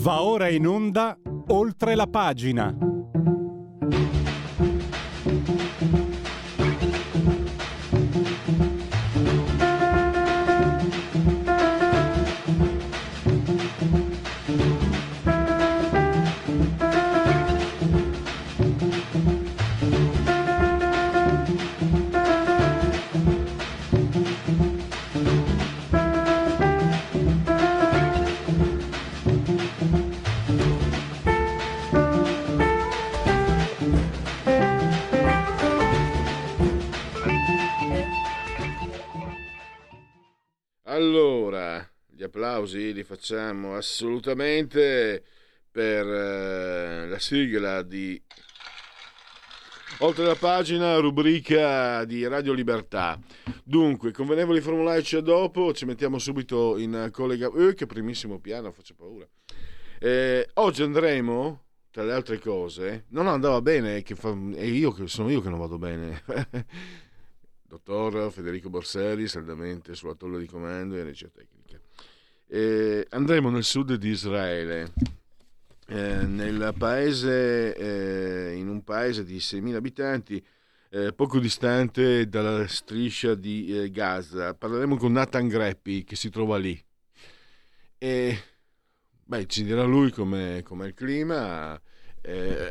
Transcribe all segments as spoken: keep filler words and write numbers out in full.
Va ora in onda Oltre la pagina. Allora, gli applausi li facciamo assolutamente per eh, la sigla di Oltre la pagina, rubrica di Radio Libertà. Dunque, convenevoli formulaici a dopo, ci mettiamo subito in collega. Eh, che primissimo piano, faccio paura. Eh, oggi andremo, tra le altre cose, non andava bene, che fa, e io che sono io che non vado bene. Dottor Federico Borseri, saldamente sulla tolla di comando e regia tecnica. Eh, andremo nel sud di Israele, eh, nel paese, eh, in un paese di seimila abitanti, eh, poco distante dalla striscia di eh, Gaza. Parleremo con Nathan Greppi, che si trova lì. E beh, ci dirà lui com'è, com'è il clima, eh,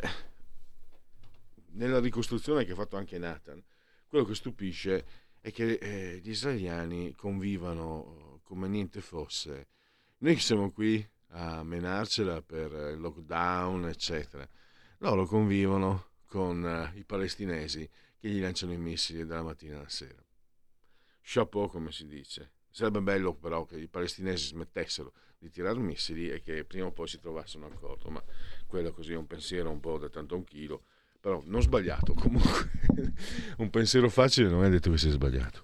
nella ricostruzione che ha fatto anche Nathan. Quello che stupisce è che eh, gli israeliani convivano come niente fosse. Noi che siamo qui a menarcela per il lockdown, eccetera. Loro convivono con eh, i palestinesi che gli lanciano i missili dalla mattina alla sera. Chapeau, come si dice. Sarebbe bello però che i palestinesi smettessero di tirare missili e che prima o poi si trovassero un accordo, ma quello così è un pensiero un po' da tanto un chilo. Però non sbagliato, comunque un pensiero facile non è detto che sia sbagliato.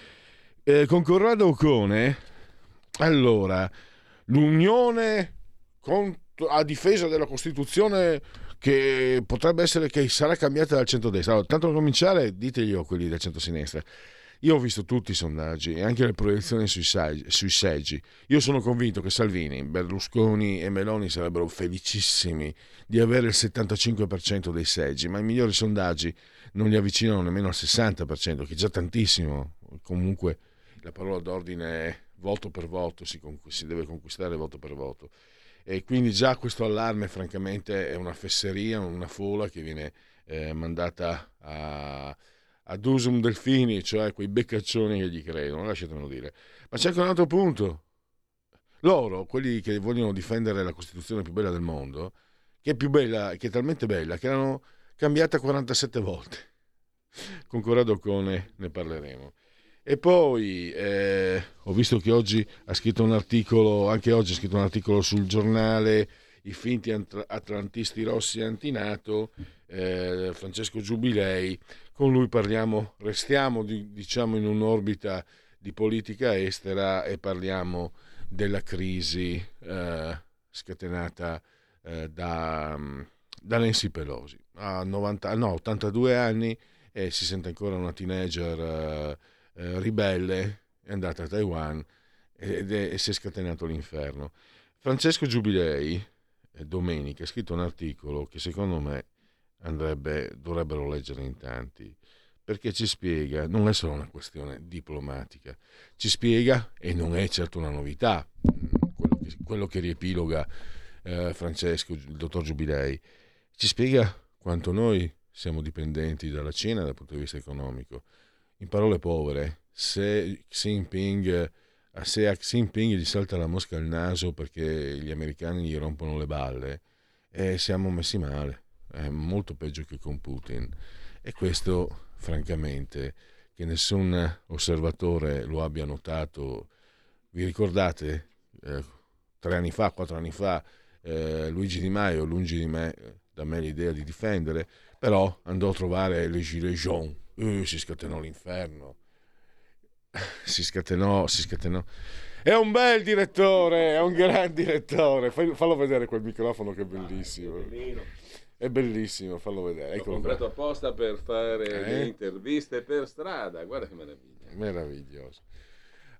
Eh, con Corrado Ocone, allora, l'unione contro, a difesa della Costituzione che potrebbe essere che sarà cambiata dal centrodestra. Allora, tanto per cominciare, diteglielo a quelli del centrosinistra. Io ho visto tutti i sondaggi e anche le proiezioni sui, saggi, sui seggi. Io sono convinto che Salvini, Berlusconi e Meloni sarebbero felicissimi di avere il settantacinque per cento dei seggi, ma i migliori sondaggi non li avvicinano nemmeno al sessanta per cento, che è già tantissimo. Comunque la parola d'ordine è voto per voto, si, si deve conquistare voto per voto. E quindi già questo allarme francamente è una fesseria, una fola che viene eh, mandata a... ad usum delfini, cioè quei beccaccioni che gli credono, lasciatemelo dire. Ma c'è anche un altro punto. Loro, quelli che vogliono difendere la Costituzione più bella del mondo, che è più bella, che è talmente bella, che l'hanno cambiata quarantasette volte. Con Corrado Ocone ne parleremo. E poi eh, ho visto che oggi ha scritto un articolo, anche oggi ha scritto un articolo sul giornale I finti atlantisti rossi antinato, eh, Francesco Giubilei. Con lui parliamo, restiamo di, diciamo in un'orbita di politica estera e parliamo della crisi eh, scatenata eh, da, da Nancy Pelosi. Ha novanta, no, ottantadue anni e si sente ancora una teenager eh, eh, ribelle, è andata a Taiwan ed è, e si è scatenato l'inferno. Francesco Giubilei eh, domenica ha scritto un articolo che secondo me andrebbe, dovrebbero leggere in tanti, perché ci spiega, non è solo una questione diplomatica, ci spiega, e non è certo una novità, quello che, quello che riepiloga eh, Francesco, il dottor Giubilei, ci spiega quanto noi siamo dipendenti dalla Cina dal punto di vista economico. In parole povere, se Xi Jinping, se a Xi Jinping gli salta la mosca al naso perché gli americani gli rompono le balle, eh, siamo messi male. È molto peggio che con Putin, e questo francamente che nessun osservatore lo abbia notato. Vi ricordate eh, tre anni fa, quattro anni fa, eh, Luigi Di Maio, lungi di me, da me l'idea di difendere, però andò a trovare le gilets jaunes, uh, si scatenò l'inferno, si scatenò, si scatenò. È un bel direttore, è un gran direttore. Fallo vedere quel microfono che è bellissimo. È bellissimo, fallo vedere. L'ho comprato apposta per fare eh? le interviste per strada. Guarda che meraviglia. Meraviglioso.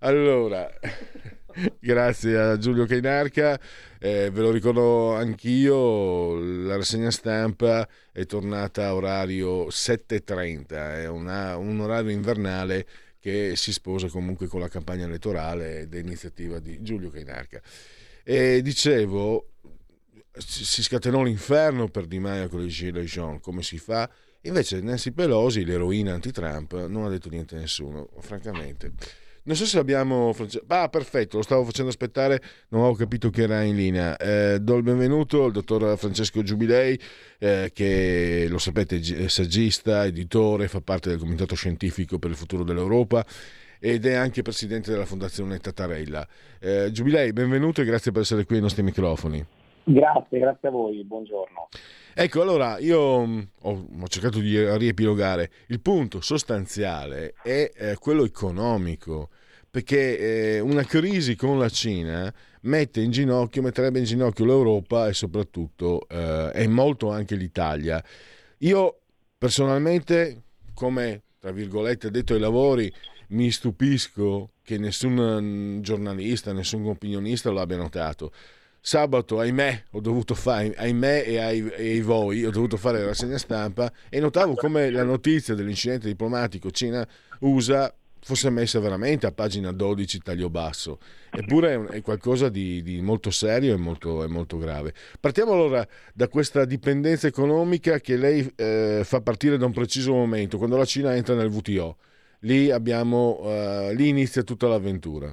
Allora, grazie a Giulio Cainarca, eh, ve lo ricordo anch'io, la rassegna stampa è tornata a orario sette e trenta, è una, un orario invernale che si sposa comunque con la campagna elettorale ed è iniziativa di Giulio Cainarca. E dicevo, si scatenò l'inferno per Di Maio con le Gilets jaunes, come si fa? Invece Nancy Pelosi, l'eroina anti-Trump, non ha detto niente a nessuno, francamente. Non so se abbiamo... Ah, perfetto, lo stavo facendo aspettare, non avevo capito che era in linea. Eh, do il benvenuto al dottor Francesco Giubilei, eh, che lo sapete è saggista, editore, fa parte del Comitato Scientifico per il Futuro dell'Europa ed è anche presidente della Fondazione Tattarella. Eh, Giubilei, benvenuto e grazie per essere qui ai nostri microfoni. Grazie, grazie a voi, buongiorno. Ecco, allora io ho, ho cercato di riepilogare. Il punto sostanziale è eh, quello economico, perché eh, una crisi con la Cina mette in ginocchio, metterebbe in ginocchio l'Europa e soprattutto eh, e molto anche l'Italia. Io personalmente, come tra virgolette detto ai lavori, mi stupisco che nessun giornalista, nessun opinionista lo abbia notato. Sabato, ahimè, ho dovuto fare, ahimè e ai, e ai voi, ho dovuto fare la rassegna stampa e notavo come la notizia dell'incidente diplomatico Cina-U S A fosse messa veramente a pagina dodici taglio basso. Eppure è, un, è qualcosa di, di molto serio e molto, è molto grave. Partiamo allora da questa dipendenza economica che lei eh, fa partire da un preciso momento, quando la Cina entra nel W T O. Lì, abbiamo, uh, lì inizia tutta l'avventura.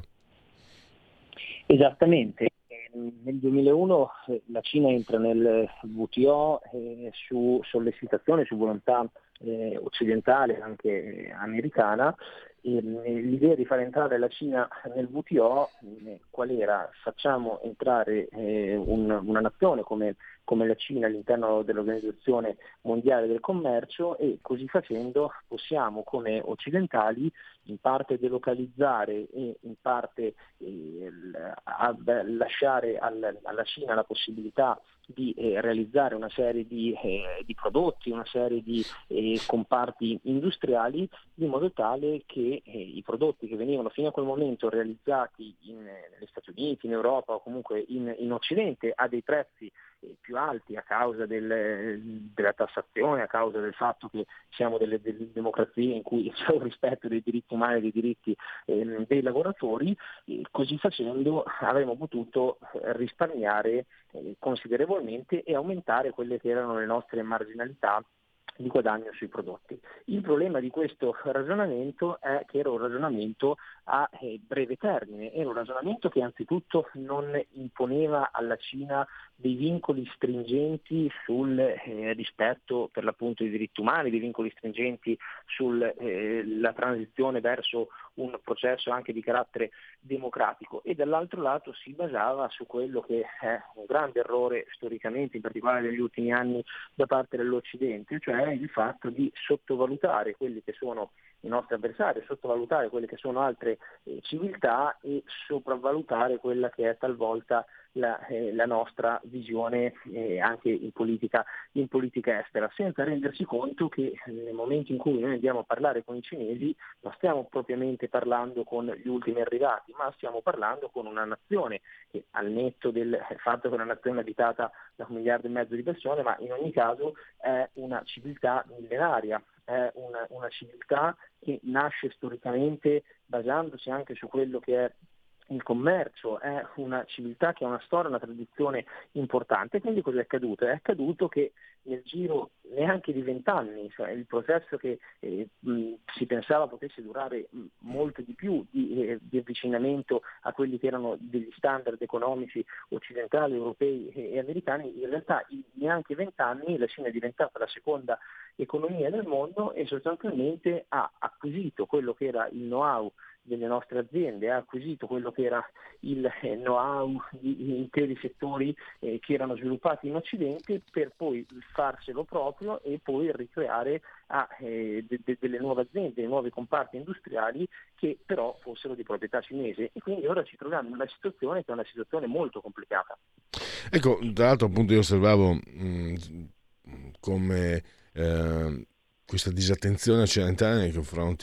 Esattamente. Nel duemilauno la Cina entra nel W T O eh, su sollecitazione, su volontà eh, occidentale, anche eh, americana. E, eh, l'idea di far entrare la Cina nel W T O eh, qual era? Facciamo entrare eh, un, una nazione come, come la Cina all'interno dell'Organizzazione Mondiale del Commercio e così facendo possiamo come occidentali in parte delocalizzare e in parte eh, a, a lasciare al, alla Cina la possibilità di eh, realizzare una serie di, eh, di prodotti, una serie di eh, comparti industriali, di modo tale che eh, i prodotti che venivano fino a quel momento realizzati in, eh, negli Stati Uniti, in Europa o comunque in, in Occidente a dei prezzi eh, più alti a causa del, della tassazione, a causa del fatto che siamo delle, delle democrazie in cui c'è un rispetto dei diritti umani e dei diritti eh, dei lavoratori, eh, così facendo avremmo potuto risparmiare eh, considerevolmente e aumentare quelle che erano le nostre marginalità di guadagno sui prodotti. Il problema di questo ragionamento è che era un ragionamento a eh, breve termine, era un ragionamento che anzitutto non imponeva alla Cina dei vincoli stringenti sul eh, rispetto per l'appunto dei diritti umani, dei vincoli stringenti sulla eh, transizione verso un processo anche di carattere democratico, e dall'altro lato si basava su quello che è un grande errore storicamente, in particolare negli ultimi anni da parte dell'Occidente, cioè il fatto di sottovalutare quelli che sono i nostri avversari, sottovalutare quelle che sono altre eh, civiltà e sopravvalutare quella che è talvolta la, eh, la nostra visione eh, anche in politica, in politica estera, senza rendersi conto che nel momento in cui noi andiamo a parlare con i cinesi non stiamo propriamente parlando con gli ultimi arrivati, ma stiamo parlando con una nazione che, al netto del fatto che è una nazione abitata da un miliardo e mezzo di persone, ma in ogni caso è una civiltà millenaria, è una, una civiltà che nasce storicamente basandosi anche su quello che è il commercio, è una civiltà che ha una storia, una tradizione importante. Quindi cosa è accaduto? È accaduto che nel giro neanche di vent'anni, cioè il processo che eh, mh, si pensava potesse durare mh, molto di più di, eh, di avvicinamento a quelli che erano degli standard economici occidentali, europei e, e americani, in realtà in neanche vent'anni la Cina è diventata la seconda economia del mondo e sostanzialmente ha acquisito quello che era il know-how delle nostre aziende, ha acquisito quello che era il eh, know-how di, di interi settori eh, che erano sviluppati in Occidente, per poi farselo proprio e poi ricreare a, eh, de, de, delle nuove aziende, dei nuovi comparti industriali che però fossero di proprietà cinese, e quindi ora ci troviamo in una situazione che è una situazione molto complicata. Ecco, tra l'altro appunto io osservavo mh, come eh, questa disattenzione occidentale nei confronti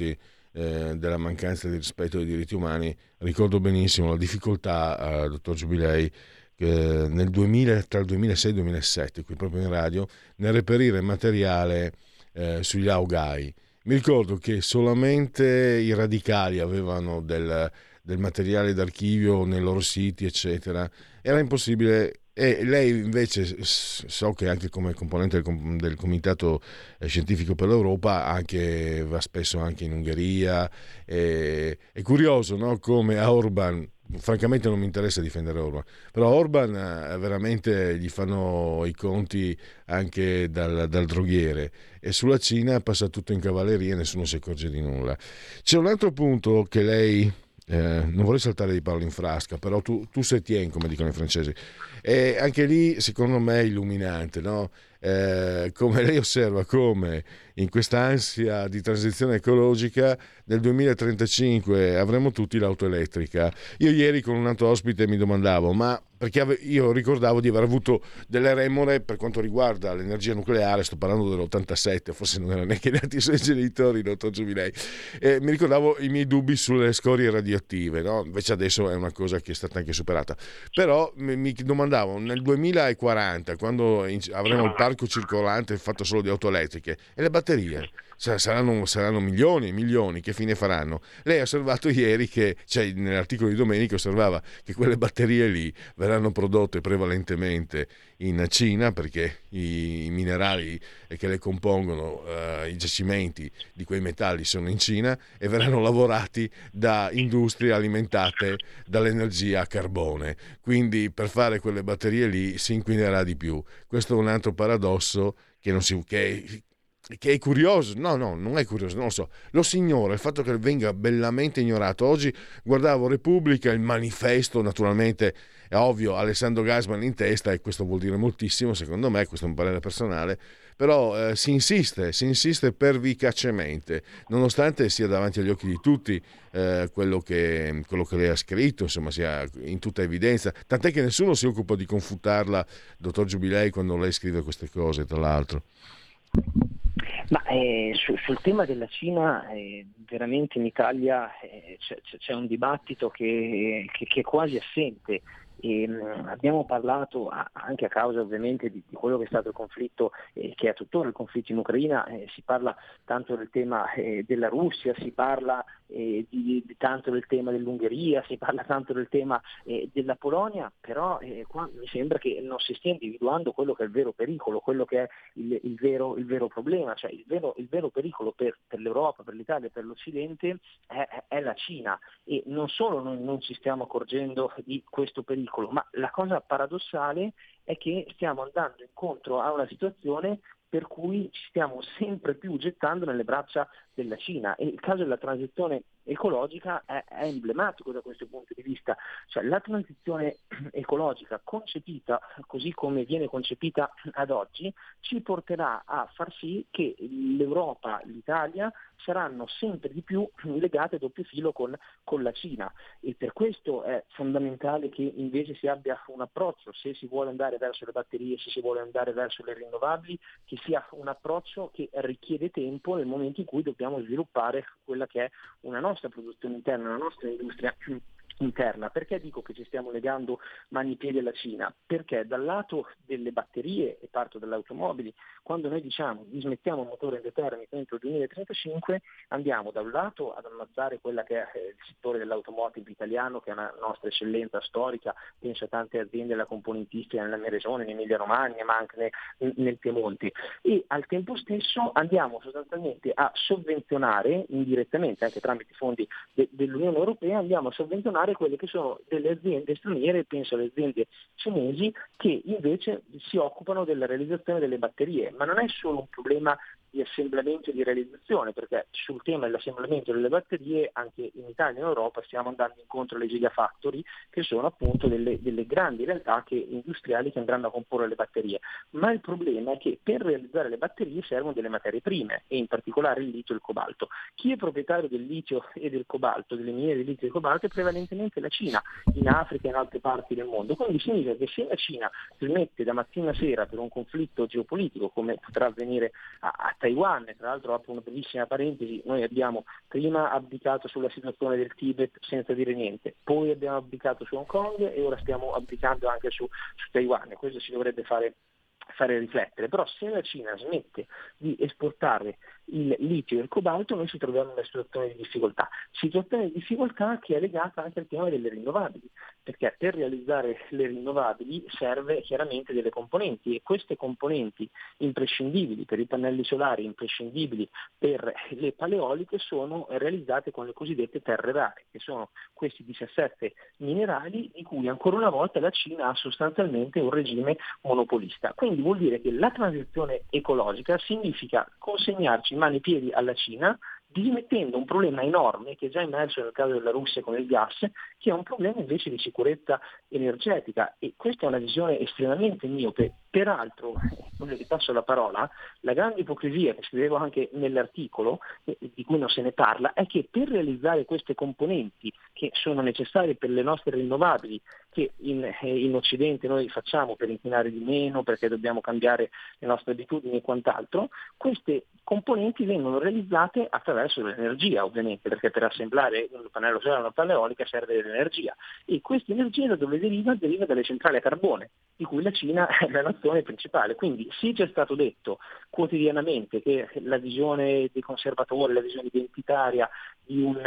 eh, della mancanza di rispetto dei diritti umani. Ricordo benissimo la difficoltà, eh, dottor Giubilei, che nel duemila, tra il duemilasei e il duemilasette, qui proprio in radio, nel reperire materiale eh, sugli Laogai. Mi ricordo che solamente i radicali avevano del, del materiale d'archivio nei loro siti, eccetera. Era impossibile. E lei invece, so che anche come componente del, del Comitato Scientifico per l'Europa, anche, va spesso anche in Ungheria. E, è curioso, no? Come a Orban, francamente non mi interessa difendere Orban, però Orban eh, veramente gli fanno i conti anche dal, dal droghiere, e sulla Cina passa tutto in cavalleria e nessuno si accorge di nulla. C'è un altro punto che lei... Eh, non vorrei saltare di palo in frasca, però tu, tu sei tien, come dicono i francesi, e anche lì secondo me è illuminante, no? Eh, come lei osserva come in questa ansia di transizione ecologica nel duemilatrentacinque avremo tutti l'auto elettrica. Io ieri con un altro ospite mi domandavo, ma perché ave- io ricordavo di aver avuto delle remore per quanto riguarda l'energia nucleare, sto parlando dell'ottantasette, forse non erano neanche nati i suoi genitori, dottor Giubilei, e mi ricordavo i miei dubbi sulle scorie radioattive, no? Invece adesso è una cosa che è stata anche superata, però mi, mi domandavo nel duemilaquaranta, quando in- avremo il parco circolante fatto solo di auto elettriche, e le batterie saranno, saranno milioni e milioni, che fine faranno? Lei ha osservato ieri che, cioè nell'articolo di domenica osservava che quelle batterie lì verranno prodotte prevalentemente in Cina, perché i, i minerali che le compongono, eh, i giacimenti di quei metalli sono in Cina, e verranno lavorati da industrie alimentate dall'energia a carbone. Quindi per fare quelle batterie lì si inquinerà di più. Questo è un altro paradosso che non si... Che, che è curioso, no no non è curioso, non lo so, lo si ignora, il fatto che venga bellamente ignorato. Oggi guardavo Repubblica, il manifesto, naturalmente è ovvio, Alessandro Gassman in testa, e questo vuol dire moltissimo secondo me, questo è un parere personale, però eh, si insiste, si insiste pervicacemente, nonostante sia davanti agli occhi di tutti eh, quello, che, quello che lei ha scritto, insomma sia in tutta evidenza, tant'è che nessuno si occupa di confutarla, dottor Giubilei, quando lei scrive queste cose, tra l'altro. Ma eh, su, sul tema della Cina eh, veramente in Italia eh, c'è, c'è un dibattito che, che, che è quasi assente. E, mh, abbiamo parlato a, anche a causa ovviamente di, di quello che è stato il conflitto, eh, che è tuttora il conflitto in Ucraina, eh, si parla tanto del tema eh, della Russia, si parla eh, di, di tanto del tema dell'Ungheria, si parla tanto del tema eh, della Polonia, però eh, qua mi sembra che non si stia individuando quello che è il vero pericolo, quello che è il, il, vero, il vero problema, cioè il vero, il vero pericolo per, per l'Europa, per l'Italia, per l'Occidente è, è la Cina, e non solo noi non ci stiamo accorgendo di questo pericolo, ma la cosa paradossale è che stiamo andando incontro a una situazione per cui ci stiamo sempre più gettando nelle braccia della Cina, e il caso della transizione ecologica è, è emblematico da questo punto di vista. Cioè, la transizione ecologica concepita così come viene concepita ad oggi ci porterà a far sì che l'Europa, l'Italia saranno sempre di più legate a doppio filo con, con la Cina, e per questo è fondamentale che invece si abbia un approccio, se si vuole andare verso le batterie, se si vuole andare verso le rinnovabili, che sia un approccio che richiede tempo nel momento in cui dobbiamo sviluppare quella che è una nostra produzione interna, una nostra industria interna. Perché dico che ci stiamo legando mani e piedi alla Cina? Perché dal lato delle batterie, e parto dalle automobili, quando noi diciamo dismettiamo il motore endotermico entro il duemilatrentacinque, andiamo da un lato ad ammazzare quella che è il settore dell'automotive italiano, che è una nostra eccellenza storica, penso a tante aziende della componentistica nella mia regione, in Emilia Romagna, ma anche nel, nel Piemonte, e al tempo stesso andiamo sostanzialmente a sovvenzionare indirettamente, anche tramite fondi de, dell'Unione Europea, andiamo a sovvenzionare quelle che sono delle aziende straniere, penso alle aziende cinesi, che invece si occupano della realizzazione delle batterie. Ma non è solo un problema di assemblamento e di realizzazione, perché sul tema dell'assemblamento delle batterie anche in Italia e in Europa stiamo andando incontro alle gigafactory, che sono appunto delle, delle grandi realtà che, industriali, che andranno a comporre le batterie. Ma il problema è che per realizzare le batterie servono delle materie prime, e in particolare il litio e il cobalto. Chi è proprietario del litio e del cobalto, delle miniere di litio e cobalto, è prevalentemente la Cina, in Africa e in altre parti del mondo. Quindi significa che se la Cina si mette da mattina a sera per un conflitto geopolitico, come potrà avvenire a, a Taiwan. Tra l'altro apro una bellissima parentesi, noi abbiamo prima abdicato sulla situazione del Tibet senza dire niente, poi abbiamo abdicato su Hong Kong e ora stiamo abdicando anche su, su Taiwan, e questo ci dovrebbe fare fare riflettere. Però se la Cina smette di esportare il litio e il cobalto, noi ci troviamo in una situazione di difficoltà, situazione di difficoltà che è legata anche al tema delle rinnovabili, perché per realizzare le rinnovabili serve chiaramente delle componenti, e queste componenti imprescindibili per i pannelli solari, imprescindibili per le paleoliche, sono realizzate con le cosiddette terre rare, che sono questi diciassette minerali di cui ancora una volta la Cina ha sostanzialmente un regime monopolista. Quindi vuol dire che la transizione ecologica significa consegnarci mani e piedi alla Cina, dimettendo un problema enorme che è già emerso nel caso della Russia con il gas, che è un problema invece di sicurezza energetica, e questa è una visione estremamente miope. Peraltro, quello che passo la parola, la grande ipocrisia che scrivevo anche nell'articolo, eh, di cui non se ne parla, è che per realizzare queste componenti che sono necessarie per le nostre rinnovabili, che in, eh, in Occidente noi facciamo per inquinare di meno, perché dobbiamo cambiare le nostre abitudini e quant'altro, queste componenti vengono realizzate attraverso l'energia, ovviamente, perché per assemblare un pannello solare o una palla eolica serve dell'energia, e questa energia da dove deriva? Deriva dalle centrali a carbone, di cui la Cina è la nazione principale. Quindi sì, ci è stato detto quotidianamente che la visione dei conservatori, la visione identitaria di un,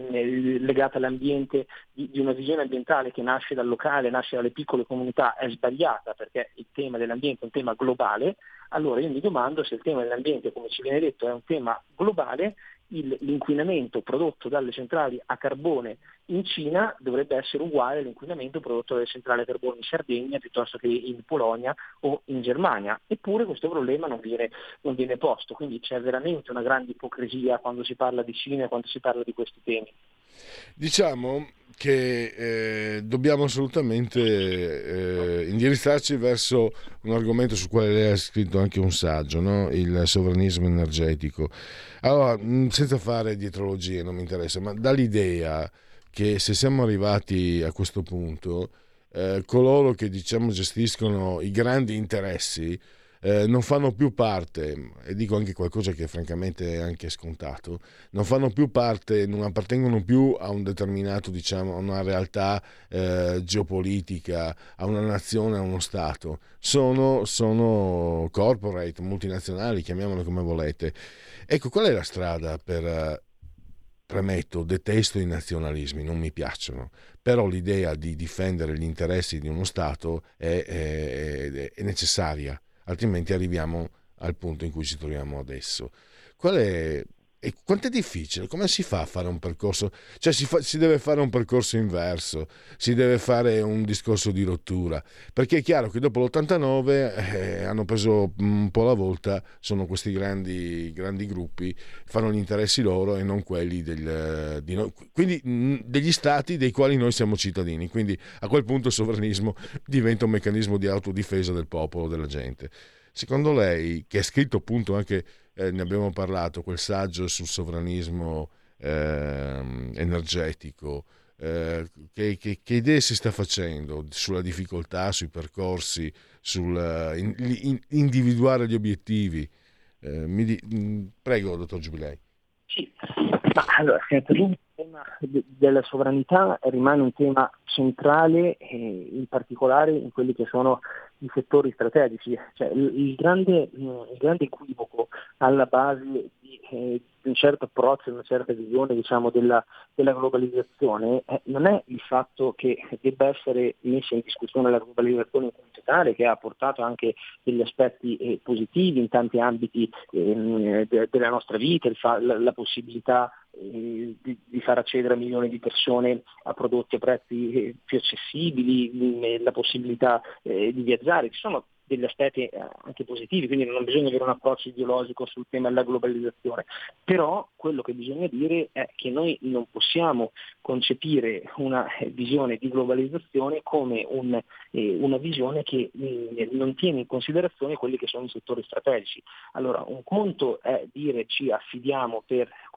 eh, legata all'ambiente, di, di una visione ambientale che nasce dal locale, nasce dalle piccole comunità, è sbagliata, perché il tema dell'ambiente è un tema globale. Allora io mi domando se il tema dell'ambiente, come ci viene detto, è un tema globale, il, l'inquinamento prodotto dalle centrali a carbone in Cina dovrebbe essere uguale all'inquinamento prodotto dalle centrali a carbone in Sardegna piuttosto che in Polonia o in Germania. Eppure questo problema non viene, non viene posto, quindi c'è veramente una grande ipocrisia quando si parla di Cina e quando si parla di questi temi. Diciamo che eh, dobbiamo assolutamente eh, indirizzarci verso un argomento su quale lei ha scritto anche un saggio, no? Il sovranismo energetico. Allora, senza fare dietrologie, non mi interessa, ma dall'idea che se siamo arrivati a questo punto, eh, coloro che diciamo gestiscono i grandi interessi eh, non fanno più parte, e dico anche qualcosa che francamente è anche scontato, non fanno più parte, non appartengono più a un determinato, diciamo, a una realtà eh, geopolitica, a una nazione, a uno stato. Sono, sono corporate, multinazionali, chiamiamole come volete. Ecco, qual è la strada per... Premetto, detesto i nazionalismi, non mi piacciono, però l'idea di difendere gli interessi di uno Stato è, è, è necessaria, altrimenti arriviamo al punto in cui ci troviamo adesso. Qual è, e quanto è difficile? Come si fa a fare un percorso? Cioè si, fa, si deve fare un percorso inverso, si deve fare un discorso di rottura, perché è chiaro che dopo l'ottantanove eh, hanno preso un po' la volta, sono questi grandi, grandi gruppi, fanno gli interessi loro e non quelli del, di noi, quindi mh, degli stati dei quali noi siamo cittadini, quindi a quel punto il sovranismo diventa un meccanismo di autodifesa del popolo, della gente. Secondo lei, che ha scritto appunto anche, eh, ne abbiamo parlato, quel saggio sul sovranismo eh, energetico, eh, che, che, che idee si sta facendo sulla difficoltà, sui percorsi, sul in, in, individuare gli obiettivi? Eh, mi di, mh, prego, dottor Giubilei. Sì, ma allora, senza dubbio il tema della sovranità rimane un tema centrale, eh, in particolare in quelli che sono i settori strategici. Cioè, il, il, grande, il grande equivoco alla base di, eh, di un certo approccio, una certa visione, diciamo, della, della globalizzazione eh, non è il fatto che debba essere messa in discussione la globalizzazione in quanto tale, che ha portato anche degli aspetti eh, positivi in tanti ambiti eh, de, della nostra vita, il fa, la, la possibilità eh, di, di far accedere a milioni di persone a prodotti a prezzi eh, più accessibili, eh, la possibilità eh, di viaggiare. Ci sono degli aspetti anche positivi, quindi non bisogna avere un approccio ideologico sul tema della globalizzazione, però quello che bisogna dire è che noi non possiamo concepire una visione di globalizzazione come un, eh, una visione che eh, non tiene in considerazione quelli che sono i settori strategici. Allora, un conto è dire ci affidiamo per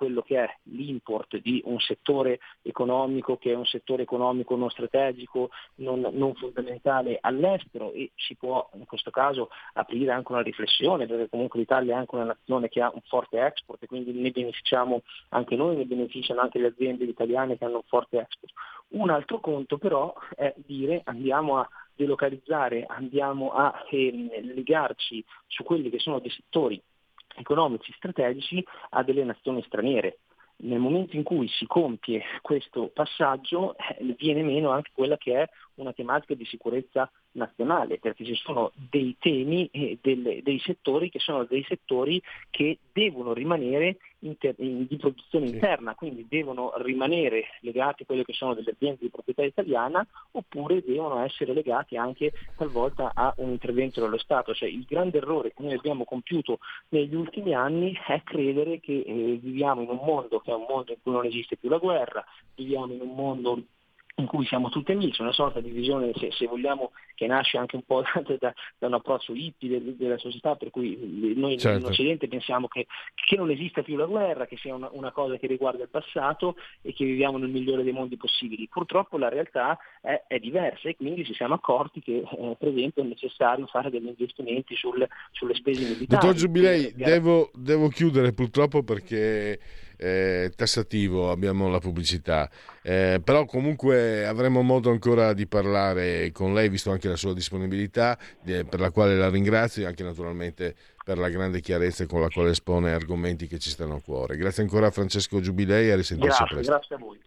quello che è l'import di un settore economico che è un settore economico non strategico, non, non fondamentale all'estero, e si può in questo caso aprire anche una riflessione, perché comunque l'Italia è anche una nazione che ha un forte export e quindi ne beneficiamo anche noi, ne beneficiano anche le aziende italiane che hanno un forte export. Un altro conto però è dire andiamo a delocalizzare, andiamo a eh, legarci su quelli che sono dei settori economici strategici a delle nazioni straniere. Nel momento in cui si compie questo passaggio eh, viene meno anche quella che è una tematica di sicurezza nazionale, perché ci sono dei temi e delle, dei settori che sono dei settori che devono rimanere inter, in, di produzione sì. interna, quindi devono rimanere legati a quelle che sono delle aziende di proprietà italiana, oppure devono essere legati anche talvolta a un intervento dello Stato. Cioè, il grande errore che noi abbiamo compiuto negli ultimi anni è credere che eh, viviamo in un mondo che è un mondo in cui non esiste più la guerra, viviamo in un mondo in cui siamo tutti amici, una sorta di visione, se, se vogliamo, che nasce anche un po' da, da, da un approccio hippie de, della società, per cui noi certo. in Occidente pensiamo che, che non esista più la guerra, che sia una, una cosa che riguarda il passato e che viviamo nel migliore dei mondi possibili. Purtroppo la realtà è, è diversa e quindi ci siamo accorti che eh, per esempio è necessario fare degli investimenti sul, sulle spese militari. Dottor Giubilei, devo, devo chiudere purtroppo perché Eh, tassativo, abbiamo la pubblicità, eh, però comunque avremo modo ancora di parlare con lei, visto anche la sua disponibilità, eh, per la quale la ringrazio, e anche naturalmente per la grande chiarezza con la quale espone argomenti che ci stanno a cuore. Grazie ancora a Francesco Giubilei e a risentirci grazie, presto. Grazie a voi.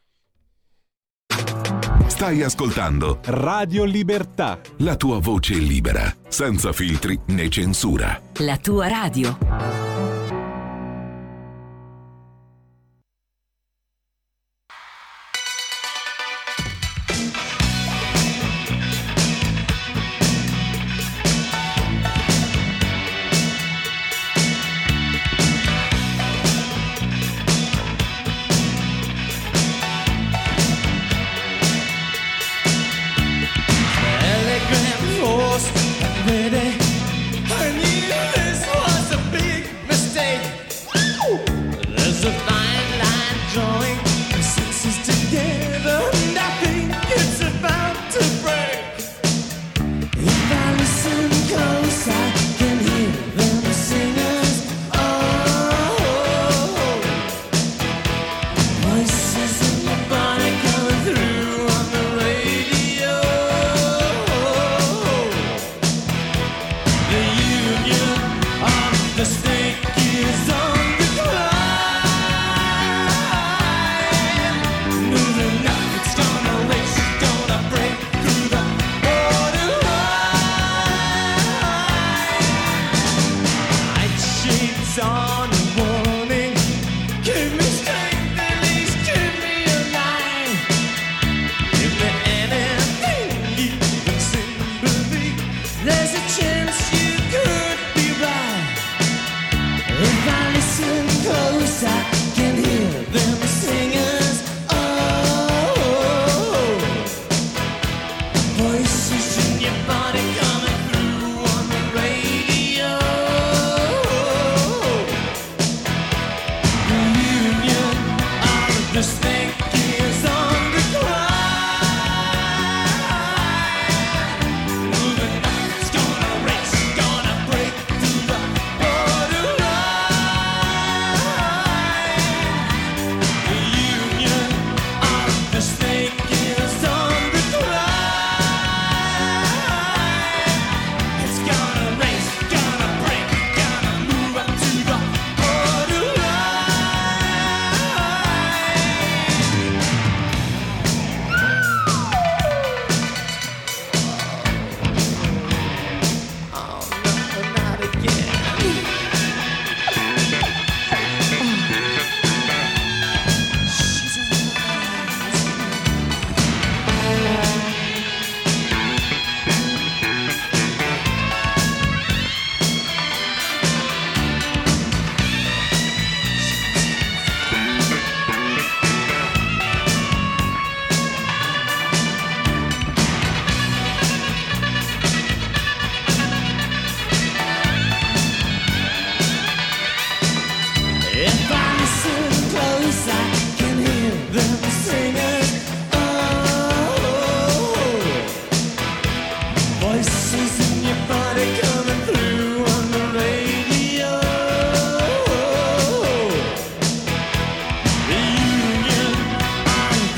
Stai ascoltando Radio Libertà, la tua voce libera, senza filtri né censura. La tua radio. I knew this was a big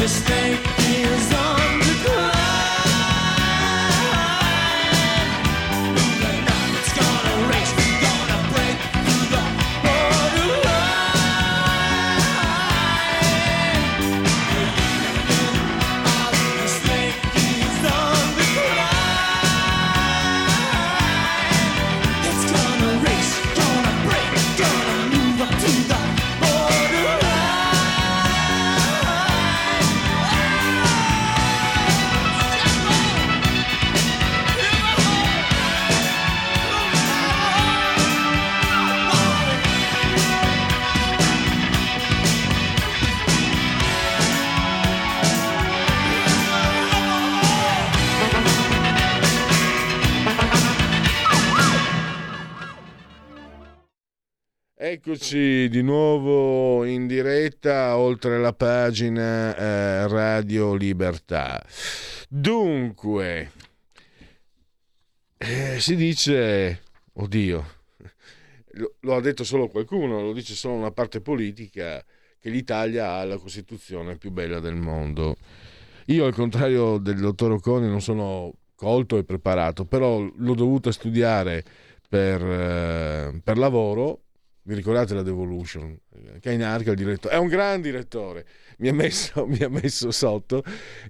Eccoci di nuovo in diretta oltre la pagina eh, Radio Libertà. Dunque, eh, si dice, oddio, lo, lo ha detto solo qualcuno, lo dice solo una parte politica, che l'Italia ha la Costituzione più bella del mondo. Io, al contrario del dottor Occone, non sono colto e preparato, però l'ho dovuta studiare per, eh, per lavoro. Vi ricordate la Devolution? Kainarca, il direttore, è un gran direttore, mi ha messo, mi ha messo sotto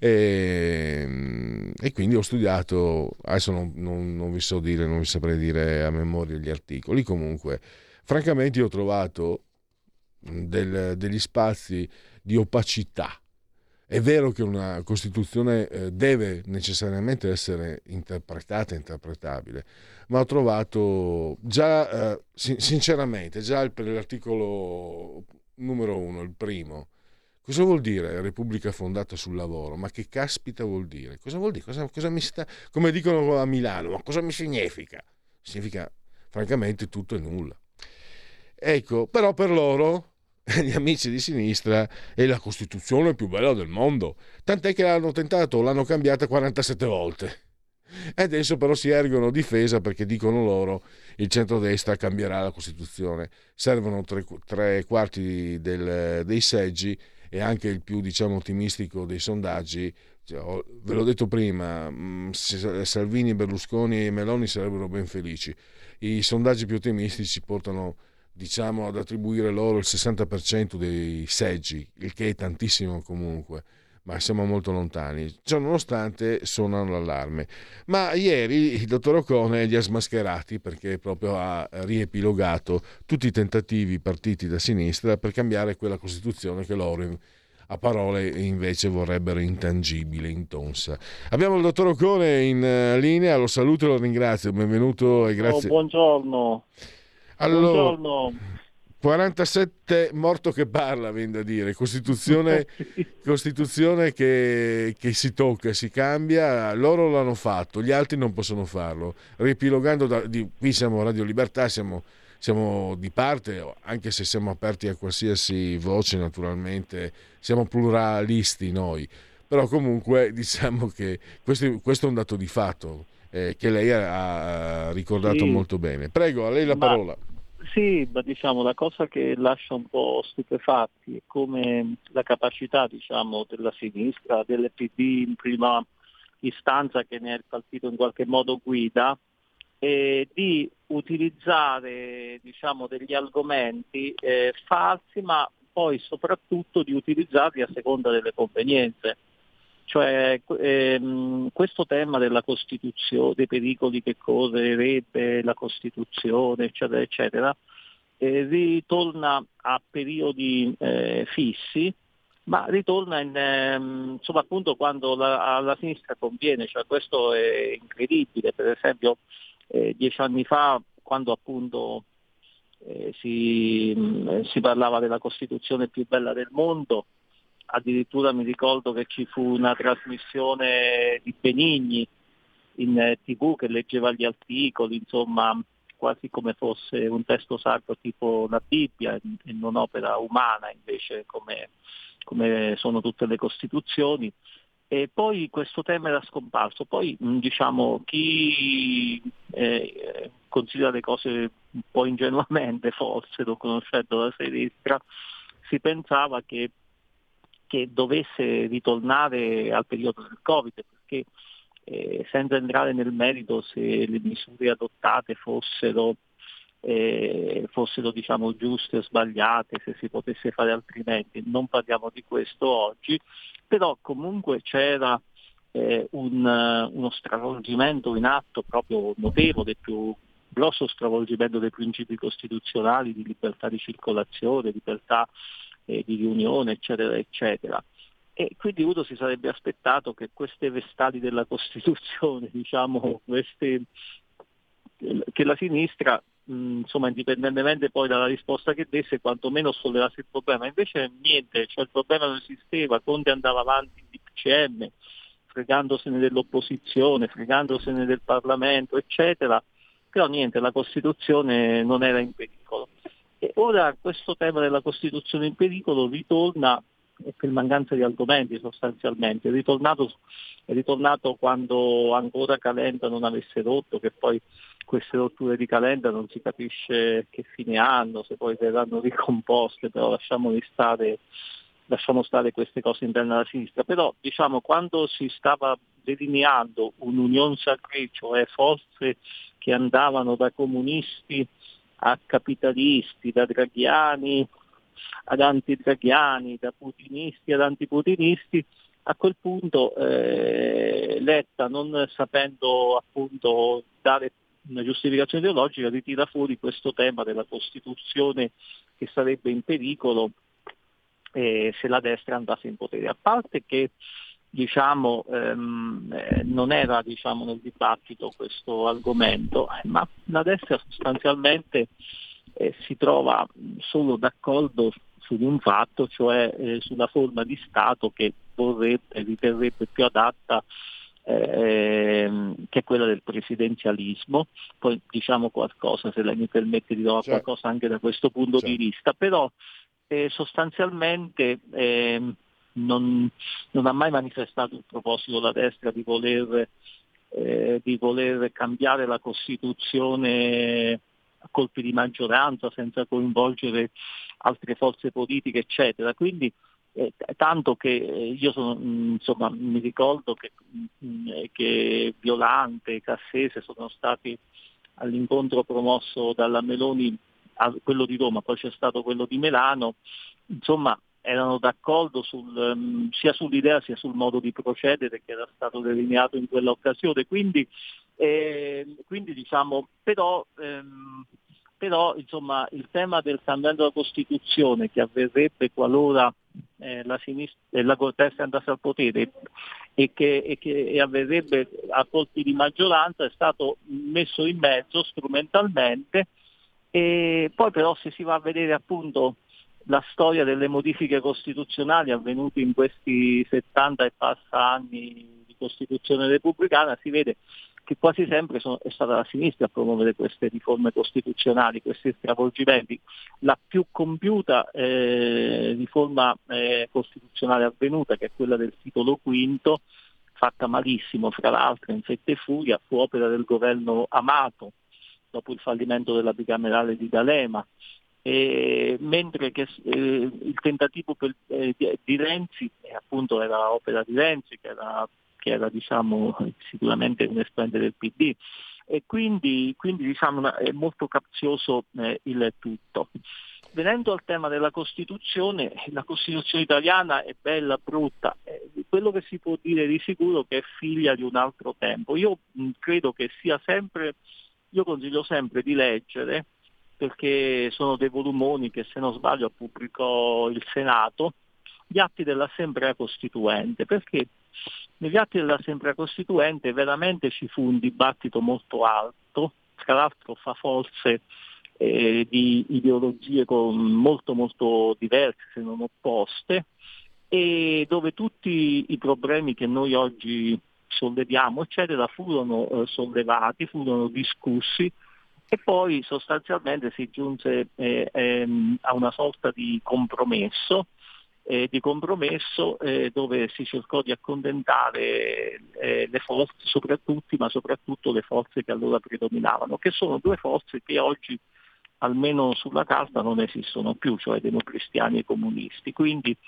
e, e quindi ho studiato. Adesso non, non, non vi so dire, non vi saprei dire a memoria gli articoli. Comunque, francamente, io ho trovato del, degli spazi di opacità. È vero che una Costituzione eh, deve necessariamente essere interpretata e interpretabile, ma ho trovato già, eh, sinceramente, già il, per l'articolo numero uno, il primo, cosa vuol dire Repubblica fondata sul lavoro? Ma che caspita vuol dire? Cosa vuol dire? Cosa, cosa mi sta, come dicono a Milano, ma cosa mi significa? Significa, francamente, tutto e nulla. Ecco, però per loro, gli amici di sinistra, è la Costituzione più bella del mondo, tant'è che l'hanno tentato, l'hanno cambiata quarantasette volte e adesso però si ergono a difesa perché dicono loro il centrodestra cambierà la Costituzione, servono tre, tre quarti del, dei seggi e anche il più, diciamo, ottimistico dei sondaggi. Cioè, ve l'ho detto prima, Salvini, Berlusconi e Meloni sarebbero ben felici. I sondaggi più ottimistici portano, diciamo, ad attribuire loro il sessanta per cento dei seggi, il che è tantissimo comunque, ma siamo molto lontani. Ciò nonostante suonano l'allarme. Ma ieri il dottor Occone li ha smascherati perché proprio ha riepilogato tutti i tentativi partiti da sinistra per cambiare quella Costituzione che loro a parole invece vorrebbero intangibile, intonsa. Abbiamo il dottor Occone in linea, lo saluto e lo ringrazio. Benvenuto e grazie. Oh, buongiorno. Allora, Buongiorno. quarantasette morto che parla, viene da dire, Costituzione, Costituzione che, che si tocca, si cambia, loro l'hanno fatto, gli altri non possono farlo. Riepilogando, da, di, qui siamo Radio Libertà, siamo, siamo di parte, anche se siamo aperti a qualsiasi voce naturalmente, siamo pluralisti noi, però comunque diciamo che questo, questo è un dato di fatto eh, che lei ha, ha ricordato Sì. molto bene. Prego, a lei la Ma... parola. Sì, ma diciamo la cosa che lascia un po' stupefatti è come la capacità, diciamo, della sinistra, dell'P D in prima istanza, che ne è il partito in qualche modo guida, e di utilizzare, diciamo, degli argomenti eh, falsi, ma poi soprattutto di utilizzarli a seconda delle convenienze. Cioè ehm, questo tema della Costituzione, dei pericoli che correrebbe la Costituzione, eccetera, eccetera, eh, ritorna a periodi eh, fissi, ma ritorna in, ehm, insomma, appunto quando la, alla sinistra conviene. Cioè, questo è incredibile. Per esempio, eh, dieci anni fa, quando appunto eh, si, mh, si parlava della Costituzione più bella del mondo, addirittura mi ricordo che ci fu una trasmissione di Benigni in tivù che leggeva gli articoli, insomma, quasi come fosse un testo sacro tipo la Bibbia e non opera umana, invece come, come sono tutte le Costituzioni. E poi questo tema era scomparso. Poi, diciamo, chi eh, considera le cose un po' ingenuamente, forse, non conoscendo la sinistra, si pensava che che dovesse ritornare al periodo del Covid, perché eh, senza entrare nel merito se le misure adottate fossero Eh, fossero diciamo giuste o sbagliate, se si potesse fare altrimenti, non parliamo di questo oggi, però comunque c'era eh, un, uno stravolgimento in atto proprio notevole, più grosso stravolgimento dei principi costituzionali di libertà di circolazione, libertà eh, di riunione, eccetera, eccetera. E quindi uno si sarebbe aspettato che queste vestali della Costituzione, diciamo, queste, che la sinistra insomma, indipendentemente poi dalla risposta che desse, quantomeno sollevasse il problema. Invece niente, cioè il problema non esisteva, Conte andava avanti in D P C M, fregandosene dell'opposizione, fregandosene del Parlamento, eccetera, però niente, la Costituzione non era in pericolo. E ora questo tema della Costituzione in pericolo ritorna per mancanza di argomenti sostanzialmente, è ritornato, è ritornato quando ancora Calenda non avesse rotto, che poi queste rotture di Calenda non si capisce che fine hanno, se poi verranno ricomposte, però lasciamoli stare, lasciamo stare queste cose interne alla sinistra. Però diciamo quando si stava delineando un'unione sacrée, cioè forze che andavano da comunisti a capitalisti, da draghiani ad antidraghiani, da putinisti ad antiputinisti, a quel punto eh, Letta, non sapendo appunto dare una giustificazione ideologica, ritira fuori questo tema della Costituzione che sarebbe in pericolo eh, se la destra andasse in potere. A parte che diciamo ehm, eh, non era diciamo nel dibattito questo argomento, ma la destra sostanzialmente eh, si trova solo d'accordo su un fatto, cioè eh, sulla forma di Stato che vorrebbe, riterrebbe più adatta, eh, che è quella del presidenzialismo. Poi diciamo qualcosa, se lei mi permette, dirò certo. qualcosa anche da questo punto certo. di vista, però eh, sostanzialmente eh, non, non ha mai manifestato il proposito la destra di voler, eh, di voler cambiare la Costituzione a colpi di maggioranza senza coinvolgere altre forze politiche, eccetera. Quindi eh, tanto che eh, io sono, mh, insomma, mi ricordo che, mh, che Violante e Cassese sono stati all'incontro promosso dalla Meloni, a quello di Roma, poi c'è stato quello di Milano, insomma erano d'accordo sul, um, sia sull'idea sia sul modo di procedere che era stato delineato in quella occasione. Quindi, eh, quindi diciamo, però, ehm, però insomma il tema del cambiamento della Costituzione che avverrebbe qualora eh, la sinistra e la destra andasse al potere e che, e che e avverrebbe a colpi di maggioranza è stato messo in mezzo strumentalmente. E poi però se si va a vedere appunto la storia delle modifiche costituzionali avvenute in questi settanta e passa anni di Costituzione repubblicana, si vede che quasi sempre sono, è stata la sinistra a promuovere queste riforme costituzionali, questi stravolgimenti. La più compiuta eh, riforma eh, costituzionale avvenuta, che è quella del titolo quinto, fatta malissimo fra l'altro in fretta e furia, fu opera del governo Amato dopo il fallimento della bicamerale di D'Alema. E, mentre che, eh, il tentativo per, eh, di, di Renzi eh, appunto era opera di Renzi che era, che era diciamo sicuramente un esponente del P D, e quindi, quindi diciamo una, è molto capzioso eh, il tutto. Venendo al tema della Costituzione, la Costituzione italiana è bella, brutta, eh, quello che si può dire di sicuro che è figlia di un altro tempo. Io mh, credo che sia sempre, io consiglio sempre di leggere, perché sono dei volumoni che se non sbaglio pubblicò il Senato, gli atti dell'Assemblea Costituente, perché negli atti dell'Assemblea Costituente veramente ci fu un dibattito molto alto, tra l'altro fa forze eh, di ideologie con molto molto diverse se non opposte, e dove tutti i problemi che noi oggi solleviamo eccetera furono eh, sollevati, furono discussi. E poi sostanzialmente si giunse eh, ehm, a una sorta di compromesso, eh, di compromesso eh, dove si cercò di accontentare eh, le forze, soprattutto, ma soprattutto le forze che allora predominavano, che sono due forze che oggi, almeno sulla carta, non esistono più, cioè democristiani e comunisti. Quindi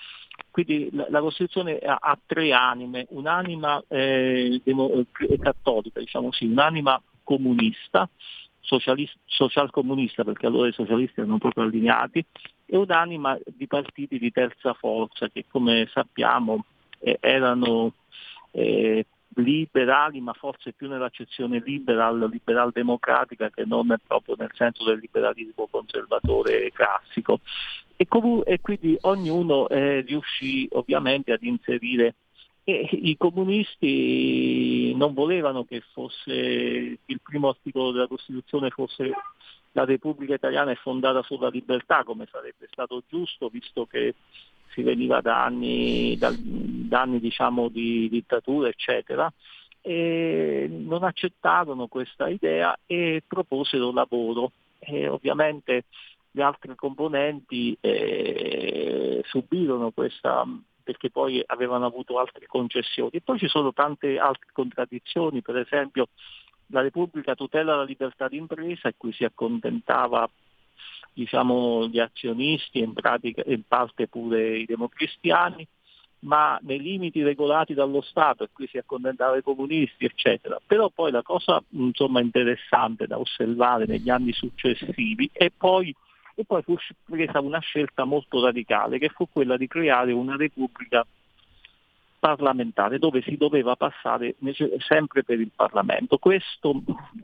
Quindi la, la Costituzione ha, ha tre anime, un'anima eh, demo, eh, cattolica, diciamo sì, un'anima comunista, social comunista, perché allora i socialisti erano proprio allineati, e un'anima di partiti di terza forza che, come sappiamo, eh, erano eh, liberali, ma forse più nell'accezione liberal, liberal democratica, che non proprio nel senso del liberalismo conservatore classico. E, comu- e quindi ognuno eh, riuscì ovviamente ad inserire. E i comunisti non volevano che fosse il primo articolo della Costituzione fosse la Repubblica Italiana è fondata sulla libertà, come sarebbe stato giusto, visto che si veniva da anni, da, da anni diciamo, di dittatura, eccetera, e non accettarono questa idea e proposero lavoro. E ovviamente le altre componenti eh, subirono questa, perché poi avevano avuto altre concessioni. E poi ci sono tante altre contraddizioni, per esempio la Repubblica tutela la libertà di impresa, e qui si accontentava diciamo gli azionisti, in pratica in parte pure i democristiani, ma nei limiti regolati dallo Stato, e qui si accontentava i comunisti, eccetera. Però poi la cosa insomma interessante da osservare negli anni successivi e poi E poi fu presa una scelta molto radicale, che fu quella di creare una repubblica parlamentare, dove si doveva passare sempre per il Parlamento. Questo,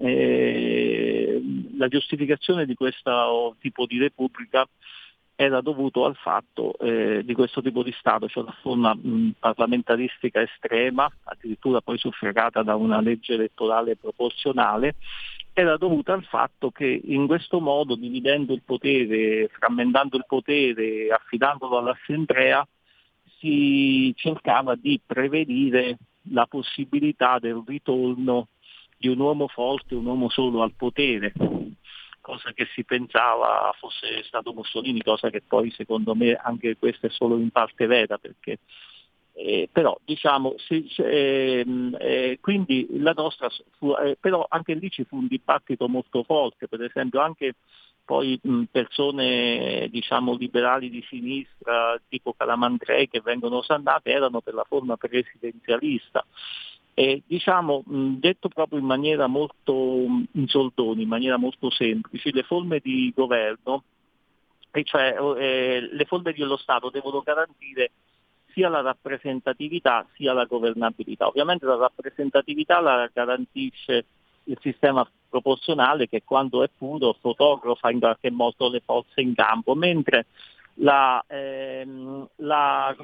eh, la giustificazione di questo tipo di repubblica era dovuto al fatto eh, di questo tipo di Stato, cioè la forma mh, parlamentaristica estrema, addirittura poi suffragata da una legge elettorale proporzionale, era dovuta al fatto che in questo modo, dividendo il potere, frammentando il potere, affidandolo all'Assemblea, si cercava di prevenire la possibilità del ritorno di un uomo forte, un uomo solo al potere, cosa che si pensava fosse stato Mussolini, cosa che poi secondo me anche questa è solo in parte vera, perché Eh, però diciamo si, eh, eh, quindi la nostra fu, eh, però anche lì ci fu un dibattito molto forte, per esempio anche poi mh, persone diciamo liberali di sinistra tipo Calamandrei che vengono osannate erano per la forma presidenzialista e diciamo mh, detto proprio in maniera molto mh, in soldoni, in maniera molto semplice, le forme di governo, e cioè eh, le forme dello Stato devono garantire sia la rappresentatività sia la governabilità. Ovviamente la rappresentatività la garantisce il sistema proporzionale che quando è puro fotografa in qualche modo le forze in campo, mentre la, ehm, la,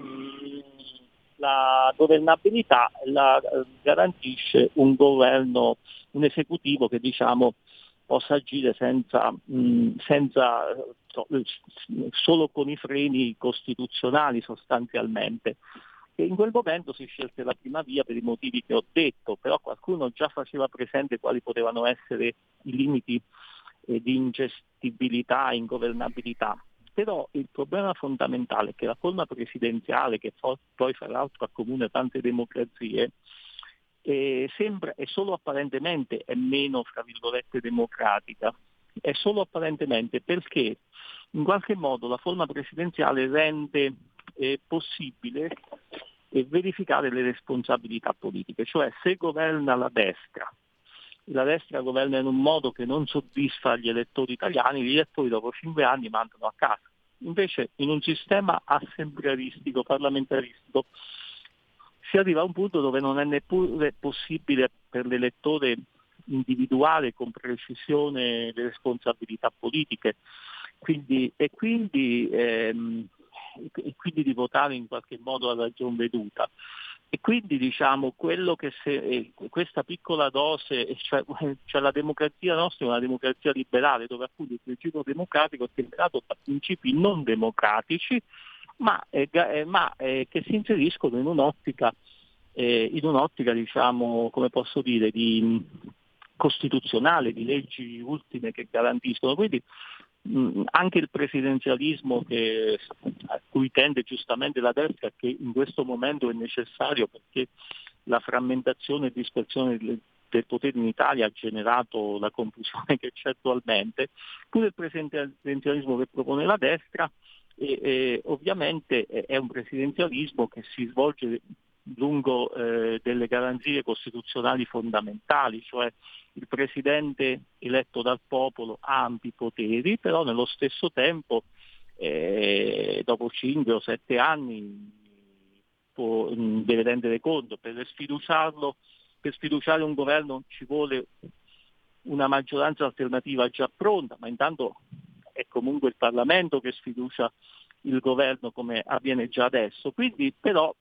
la governabilità la garantisce un governo, un esecutivo che diciamo possa agire senza, mh, senza solo con i freni costituzionali sostanzialmente. E in quel momento si scelse la prima via per i motivi che ho detto, però qualcuno già faceva presente quali potevano essere i limiti eh, di ingestibilità e ingovernabilità. Però il problema fondamentale è che la forma presidenziale, che poi fra l'altro accomuna tante democrazie, E sembra, è solo apparentemente è meno, fra virgolette, democratica, è solo apparentemente perché in qualche modo la forma presidenziale rende eh, possibile eh, verificare le responsabilità politiche, cioè se governa la destra, la destra governa in un modo che non soddisfa gli elettori italiani, gli elettori dopo cinque anni mandano a casa. Invece in un sistema assemblearistico, parlamentaristico, si arriva a un punto dove non è neppure possibile per l'elettore individuare con precisione le responsabilità politiche, quindi, e, quindi, ehm, e quindi di votare in qualche modo a ragion veduta. E quindi diciamo quello che se, eh, questa piccola dose, cioè, cioè la democrazia nostra è una democrazia liberale, dove appunto il principio democratico è temperato da principi non democratici, ma, eh, eh, ma eh, che si inseriscono in un'ottica, eh, in un'ottica diciamo, come posso dire, di costituzionale, di leggi ultime che garantiscono. Quindi mh, anche il presidenzialismo che, a cui tende giustamente la destra, che in questo momento è necessario perché la frammentazione e dispersione del, del potere in Italia ha generato la confusione che c'è attualmente, pure il presidenzialismo che propone la destra e, e ovviamente è un presidenzialismo che si svolge lungo eh, delle garanzie costituzionali fondamentali, cioè il presidente eletto dal popolo ha ampi poteri, però nello stesso tempo eh, dopo cinque o sette anni può, deve rendere conto. Per sfiduciarlo, per sfiduciare un governo ci vuole una maggioranza alternativa già pronta, ma intanto è comunque il Parlamento che sfiducia il governo come avviene già adesso. Quindi però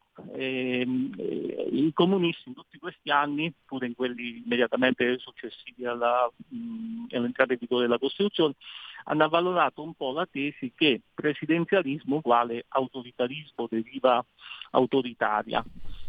ehm, eh, i comunisti in tutti questi anni, pure in quelli immediatamente successivi alla, mh, all'entrata in vigore della Costituzione, hanno avvalorato un po' la tesi che presidenzialismo uguale autoritarismo, deriva autoritaria.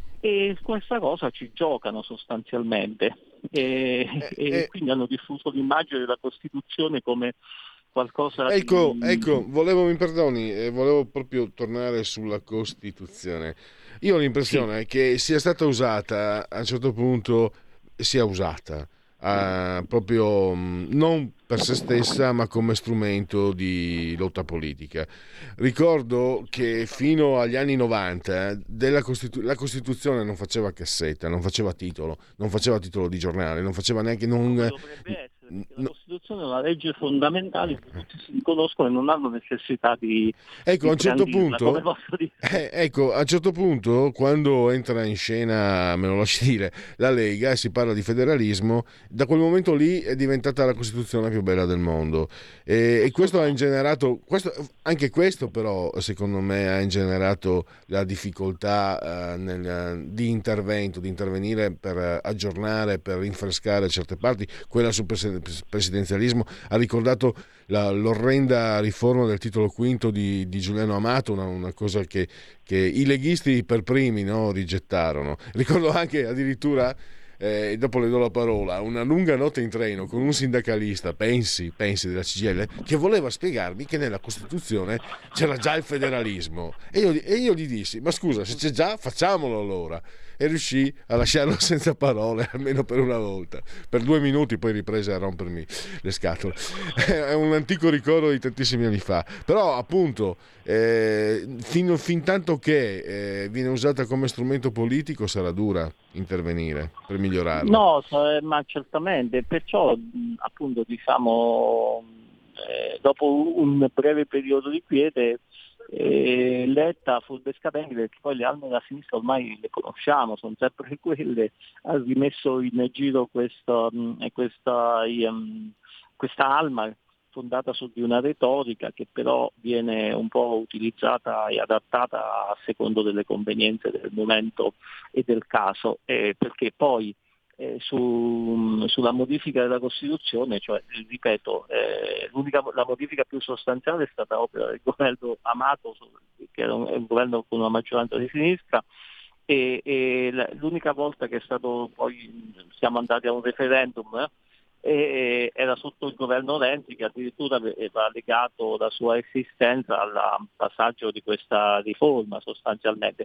E questa cosa ci giocano sostanzialmente e, eh, e eh. quindi hanno diffuso l'immagine della Costituzione come qualcosa Ecco, di... ecco, volevo, mi perdoni, eh, volevo proprio tornare sulla Costituzione. Io ho l'impressione Sì. che sia stata usata, a un certo punto, sia usata, eh, proprio mh, non per se stessa, ma come strumento di lotta politica. Ricordo che fino agli anni novanta della Costitu- la Costituzione non faceva cassetta, non faceva titolo, non faceva titolo di giornale, non faceva neanche... Non, Dovrebbe essere, perché la no, Costituzione è una legge fondamentale che tutti si riconoscono e non hanno necessità di, ecco, di a un certo brandirla, come punto, posso dire. eh, ecco, a un certo punto, quando entra in scena, me lo lasci dire, la Lega e si parla di federalismo, da quel momento lì è diventata la Costituzione più bella del mondo. E, e questo ha ingenerato, questo, anche questo però, secondo me, ha ingenerato la difficoltà eh, nel, di intervento, di intervenire per aggiornare, per rinfrescare certe parti. Quella sul presidenzialismo ha ricordato la, l'orrenda riforma del titolo quinto di, di Giuliano Amato, una, una cosa che, che i leghisti per primi, no, rigettarono. Ricordo anche addirittura, eh, dopo le do la parola, una lunga notte in treno con un sindacalista, pensi, pensi della C G I L, che voleva spiegarmi che nella Costituzione c'era già il federalismo. E io, e io gli dissi, ma scusa, se c'è già, facciamolo allora. E riuscì a lasciarlo senza parole, almeno per una volta. Per due minuti poi riprese a rompermi le scatole. È un antico ricordo di tantissimi anni fa. Però appunto, eh, fin, fin tanto che eh, viene usata come strumento politico, sarà dura intervenire per migliorarla. No, ma certamente, perciò appunto diciamo eh, dopo un breve periodo di quiete eh, Letta fu descadente, perché poi le armi della sinistra ormai le conosciamo, sono sempre quelle, ha rimesso in giro questa, questa, questa alma fondata su di una retorica che però viene un po' utilizzata e adattata a secondo delle convenienze del momento e del caso, eh, perché poi eh, su, sulla modifica della Costituzione, cioè ripeto, eh, l'unica, la modifica più sostanziale è stata opera del governo Amato, che era un, un governo con una maggioranza di sinistra, e, e l'unica volta che è stato poi siamo andati a un referendum eh, e era sotto il governo Renzi, che addirittura aveva legato la sua esistenza al passaggio di questa riforma sostanzialmente.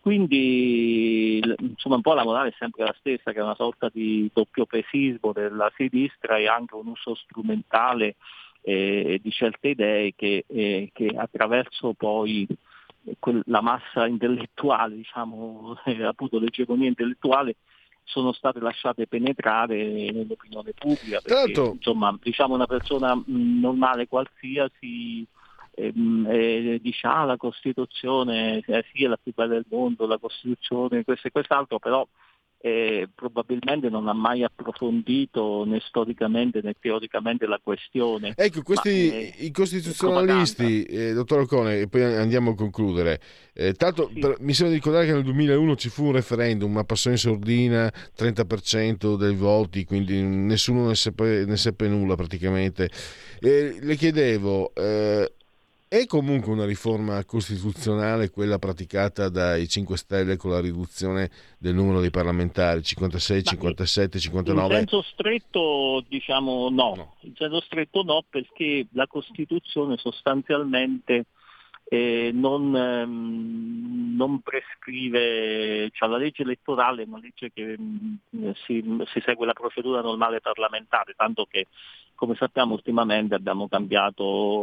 Quindi insomma un po' la morale è sempre la stessa, che è una sorta di doppiopesismo della sinistra e anche un uso strumentale eh, di certe idee che, eh, che attraverso poi la massa intellettuale, diciamo eh, appunto l'egemonia intellettuale, sono state lasciate penetrare nell'opinione pubblica, perché Tanto... insomma diciamo una persona mh, normale qualsiasi ehm, eh, dice ah la Costituzione eh, sì è la più bella del mondo, la Costituzione questo e quest'altro, però eh, probabilmente non ha mai approfondito né storicamente né teoricamente la questione. Ecco, questi Ma, eh, i costituzionalisti, eh, dottor Ocone, e poi andiamo a concludere. Eh, tanto sì. per, mi sembra di ricordare che nel duemilauno ci fu un referendum, ma passò in sordina, trenta per cento dei voti, quindi nessuno ne seppe, ne seppe nulla praticamente. Eh, le chiedevo, eh, è comunque una riforma costituzionale quella praticata dai cinque Stelle con la riduzione del numero dei parlamentari, cinquantasei, cinquantasette, cinquantanove? In senso stretto diciamo no. no, in senso stretto no, perché la Costituzione sostanzialmente eh, non, ehm, non prescrive, cioè la legge elettorale è una legge che mh, si, si segue la procedura normale parlamentare, tanto che come sappiamo ultimamente abbiamo cambiato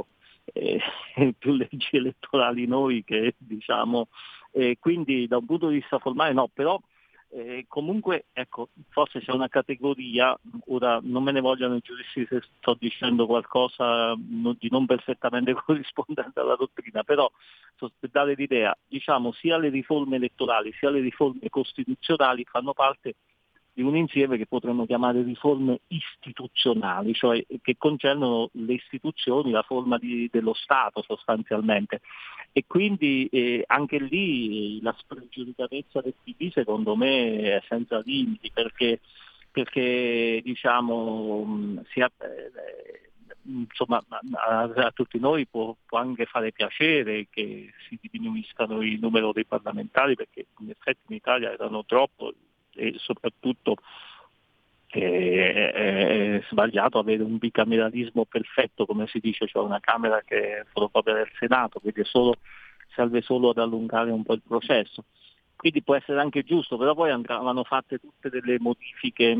eh, più leggi elettorali noi che diciamo, eh, quindi da un punto di vista formale no, però Eh, comunque ecco, forse c'è una categoria, ora non me ne vogliono i giuristi se sto dicendo qualcosa no, di non perfettamente corrispondente alla dottrina, però per dare l'idea, diciamo sia le riforme elettorali sia le riforme costituzionali fanno parte di un insieme che potremmo chiamare riforme istituzionali, cioè che concernono le istituzioni, la forma di, dello Stato sostanzialmente. E quindi eh, anche lì la spregiudicatezza del P D secondo me è senza limiti, perché, perché diciamo si ha, eh, insomma a, a tutti noi può, può anche fare piacere che si diminuiscano il numero dei parlamentari, perché in effetti in Italia erano troppo, e soprattutto è, è, è sbagliato avere un bicameralismo perfetto, come si dice, cioè una Camera che è fotocopia del Senato, quindi è solo, serve solo ad allungare un po' il processo. Quindi può essere anche giusto, però poi andavano fatte tutte delle modifiche,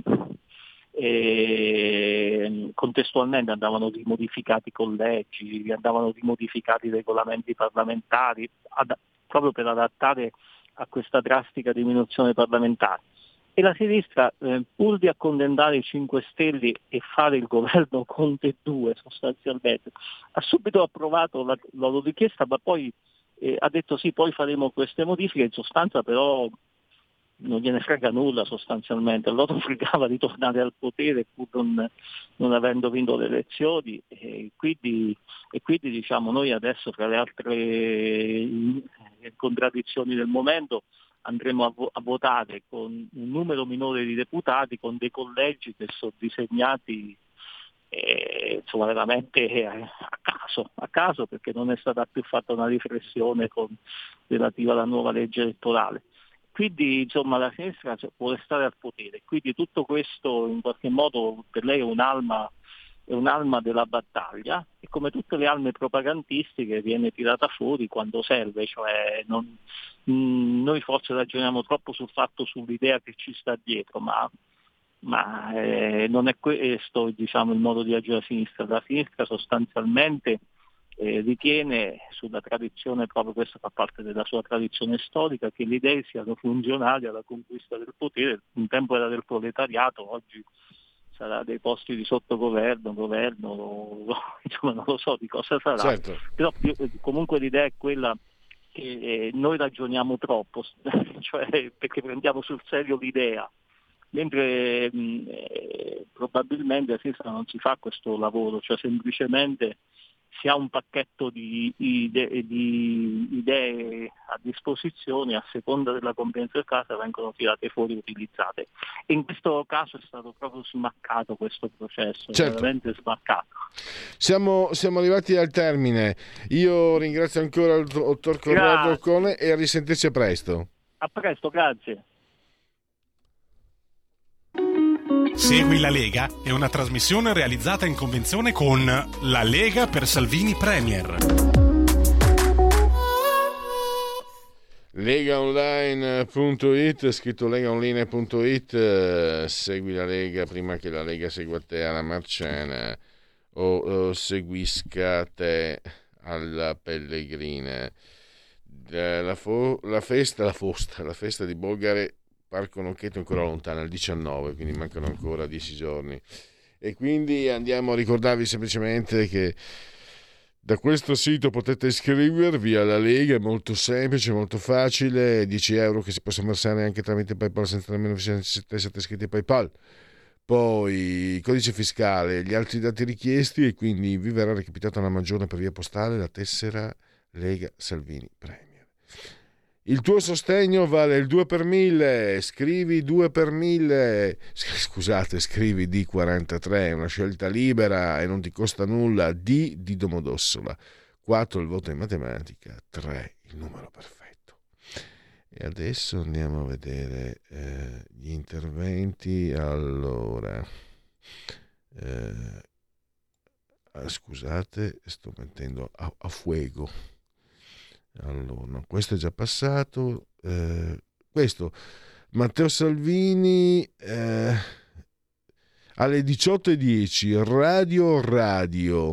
e contestualmente andavano rimodificati i collegi, andavano rimodificati i regolamenti parlamentari, ad, proprio per adattare a questa drastica diminuzione parlamentare. E la sinistra, eh, pur di accontentare i cinque Stelle e fare il governo Conte due sostanzialmente, ha subito approvato la, la loro richiesta, ma poi eh, ha detto sì, poi faremo queste modifiche, in sostanza però non gliene frega nulla sostanzialmente, loro fregava di tornare al potere pur non, non avendo vinto le elezioni, e quindi, e quindi diciamo noi adesso, tra le altre eh, contraddizioni del momento, andremo a, vo- a votare con un numero minore di deputati, con dei collegi che sono disegnati eh, insomma veramente eh, a caso, a caso perché non è stata più fatta una riflessione con, relativa alla nuova legge elettorale. Quindi insomma la sinistra vuole stare al potere, quindi tutto questo in qualche modo per lei è un'alma, è un'alma della battaglia, e come tutte le armi propagandistiche viene tirata fuori quando serve, cioè non, mh, noi forse ragioniamo troppo sul fatto, sull'idea che ci sta dietro, ma, ma eh, non è questo diciamo il modo di agire la sinistra. La sinistra sostanzialmente eh, ritiene, sulla tradizione, proprio questa fa parte della sua tradizione storica, che le idee siano funzionali alla conquista del potere. Un tempo era del proletariato, oggi sarà dei posti di sottogoverno, governo, insomma non lo so di cosa sarà, certo. Però comunque l'idea è quella che eh, noi ragioniamo troppo, cioè perché prendiamo sul serio l'idea, mentre mh, eh, probabilmente a sinistra non si fa questo lavoro, cioè semplicemente si ha un pacchetto di idee, di idee a disposizione, a seconda della convenienza del caso vengono tirate fuori e utilizzate. E in questo caso è stato proprio smaccato questo processo, certo. veramente smaccato. Siamo, siamo arrivati al termine. Io ringrazio ancora il dottor Corrado Ocone e a risentirci presto. A presto, grazie. Segui la Lega è una trasmissione realizzata in convenzione con La Lega per Salvini Premier. legaonline punto it, scritto legaonline punto it. Segui la Lega prima che la Lega segua te alla Marciana o, o seguisca te alla Pellegrina. La, fo, la festa la fosta la festa di Bolgare Parco Nocchetto è ancora lontana, il diciannove, quindi mancano ancora dieci giorni. E quindi andiamo a ricordarvi semplicemente che da questo sito potete iscrivervi alla Lega, è molto semplice, molto facile, dieci euro che si possono versare anche tramite PayPal senza nemmeno essere iscritti a PayPal. Poi codice fiscale, gli altri dati richiesti, e quindi vi verrà recapitata una maggiore per via postale la tessera Lega Salvini Premier. Il tuo sostegno vale il due per mille, scrivi due per mille, scusate, scrivi D quarantatré, è una scelta libera e non ti costa nulla, D di Domodossola, quattro il voto in matematica, tre il numero perfetto. E adesso andiamo a vedere eh, gli interventi. Allora, eh, scusate, sto mettendo a, a fuego. Allora, no, questo è già passato. Eh, questo Matteo Salvini eh, alle diciotto e dieci Radio Radio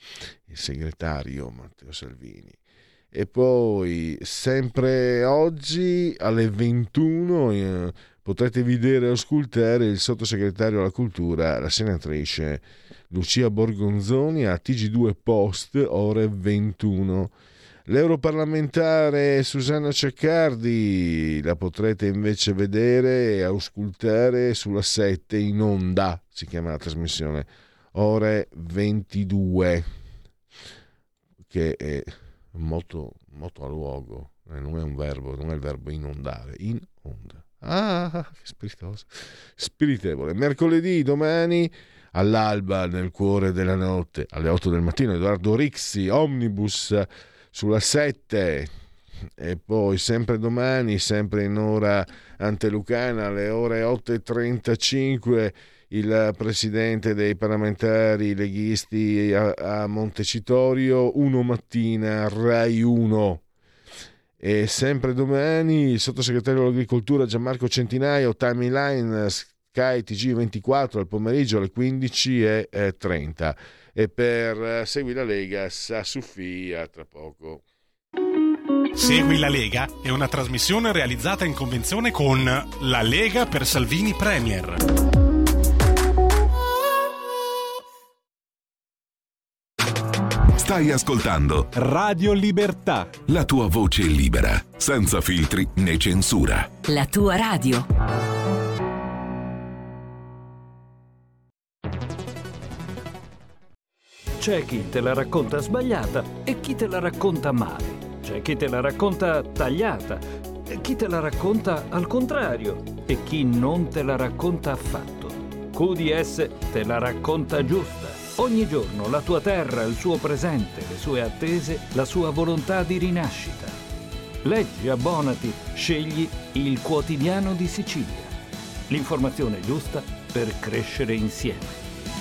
il segretario Matteo Salvini. E poi sempre oggi alle ventuno eh, potrete vedere e ascoltare il sottosegretario alla cultura, la senatrice Lucia Borgonzoni a T G due Post, ore ventuno. L'europarlamentare Susanna Ceccardi la potrete invece vedere e ascoltare sulla sette in onda, si chiama la trasmissione, ore ventidue, che è molto, molto a luogo, eh, non è un verbo, non è il verbo inondare, in onda. Ah, che spiritoso, spiritevole. Mercoledì, domani, all'alba, nel cuore della notte, alle otto del mattino, Edoardo Rixi, Omnibus sulla sette. E poi sempre domani, sempre in ora antelucana, alle ore otto e trentacinque, il presidente dei parlamentari leghisti a, a Montecitorio, uno mattina, Rai uno. E sempre domani il sottosegretario all'agricoltura Gianmarco Centinaio, timeline Sky T G ventiquattro al pomeriggio alle quindici e trenta. E per Segui la Lega, Sa Sofia, tra poco. Segui la Lega è una trasmissione realizzata in convenzione con La Lega per Salvini Premier. Stai ascoltando Radio Libertà, la tua voce libera, senza filtri né censura. La tua radio. C'è chi te la racconta sbagliata e chi te la racconta male. C'è chi te la racconta tagliata e chi te la racconta al contrario e chi non te la racconta affatto. Q D S te la racconta giusta. Ogni giorno la tua terra, il suo presente, le sue attese, la sua volontà di rinascita. Leggi, abbonati, scegli il Quotidiano di Sicilia. L'informazione giusta per crescere insieme.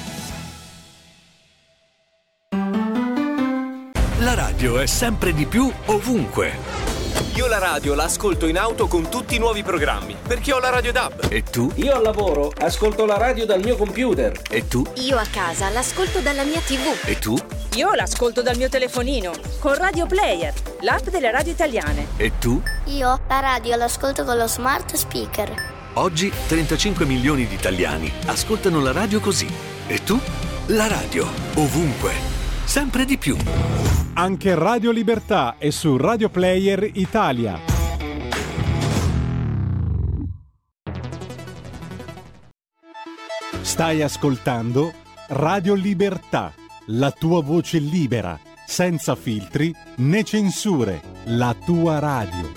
La radio è sempre di più ovunque. Io la radio la ascolto in auto con tutti i nuovi programmi, perché ho la Radio D A B. E tu? Io al lavoro ascolto la radio dal mio computer. E tu? Io a casa l'ascolto dalla mia tivù. E tu? Io l'ascolto dal mio telefonino, con Radio Player, l'app delle radio italiane. E tu? Io la radio l'ascolto con lo smart speaker. Oggi trentacinque milioni di italiani ascoltano la radio così. E tu? La radio, ovunque, sempre di più. Anche Radio Libertà è su Radio Player Italia. Stai ascoltando Radio Libertà, la tua voce libera, senza filtri né censure, la tua radio.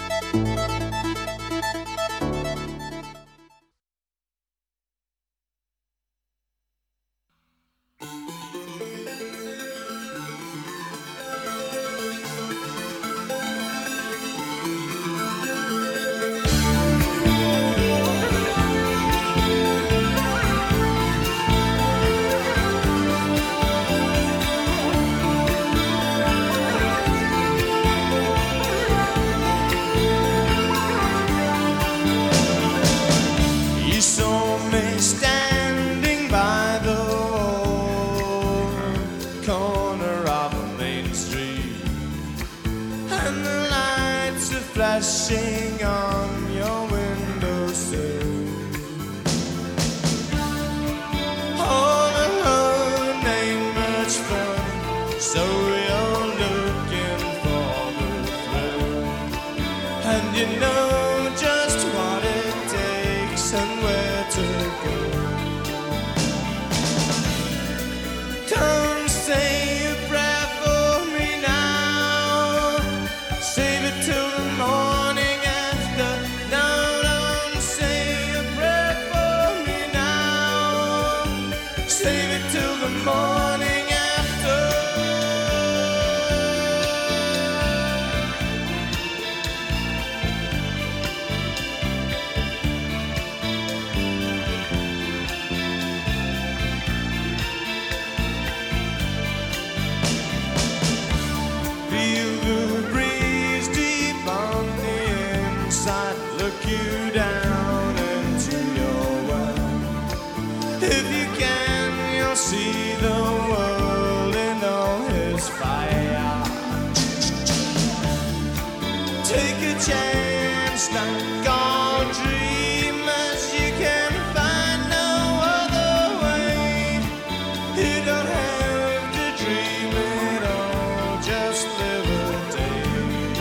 Just like all dreamers, you can find no other way. You don't have to dream at all, just live a day.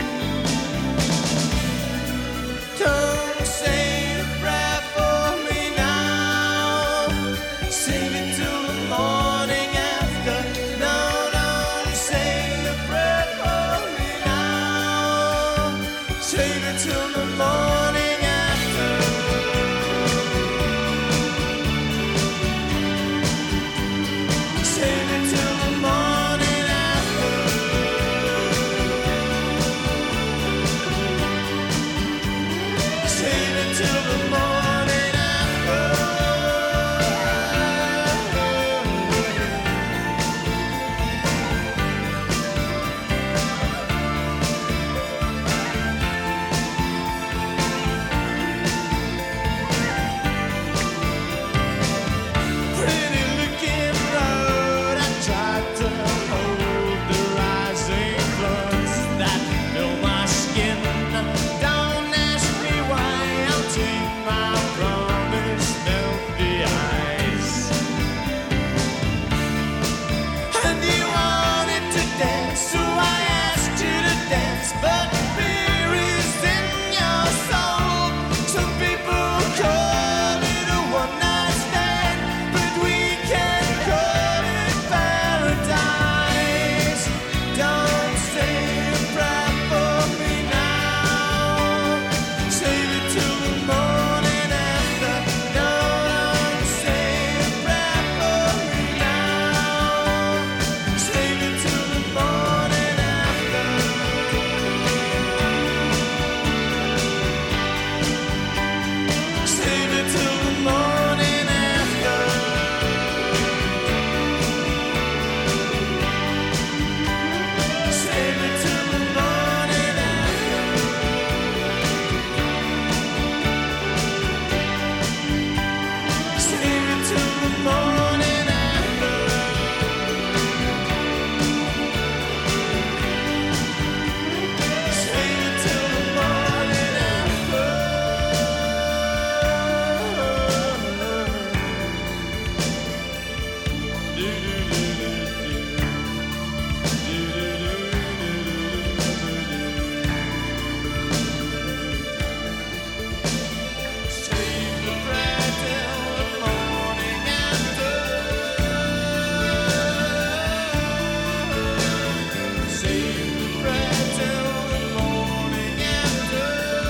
Don't say a prayer for me now, save it till the morning after. No, don't say a prayer for me now, save it till the morning after. Save it till the morning after. Save it till the morning Pretty looking road, I tried to hold the rising floods that fill my skin. Don't ask me why, I'll take my promise, melt the ice. And you wanted to dance, so I asked you to dance, but fear is in your soul. Some people call it a one-night stand, but we can call it paradise. Don't say a prayer for me now, save it till the morning after. No, don't say a prayer for me now, save it till the morning after. Save it till the morning after. Save it till the morning after. Save it till the morning after. Save it till the morning after. Save the prayer till the morning after. Save the prayer till the morning after.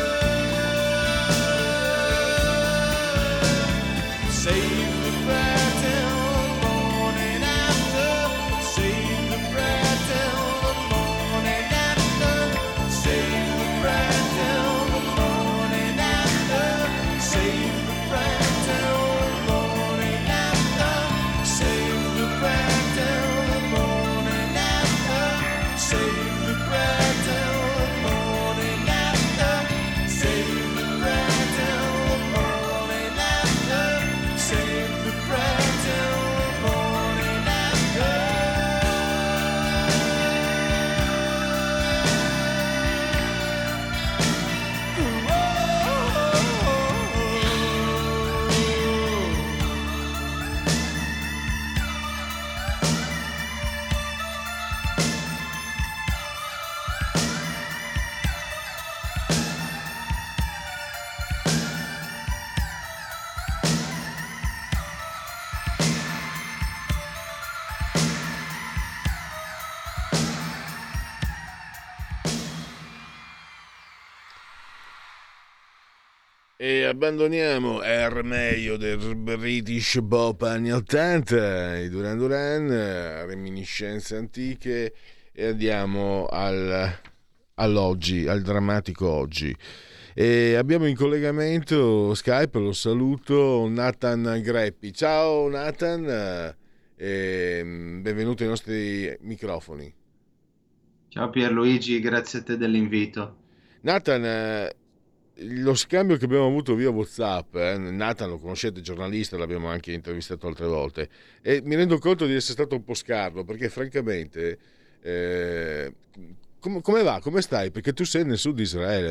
Save the prayer till the morning after. Save the prayer till the morning after. Save the prayer till the morning after. Save the prayer till the morning after. Save the prayer till the morning after. Save the prayer till the morning after. Save the prayer till the morning after. Save the prayer till the morning after. E abbandoniamo Air meglio del British Pop anni ottanta, i Duran Duran, reminiscenze antiche, e andiamo al, all'oggi, al drammatico oggi. E abbiamo in collegamento Skype, lo saluto, Nathan Greppi. Ciao Nathan, e benvenuto ai nostri microfoni. Ciao Pierluigi, grazie a te dell'invito. Nathan, lo scambio che abbiamo avuto via WhatsApp, eh, Nathan lo conoscete, giornalista, l'abbiamo anche intervistato altre volte, e mi rendo conto di essere stato un po' scarno, perché francamente eh, com- come va, come stai? Perché tu sei nel sud di Israele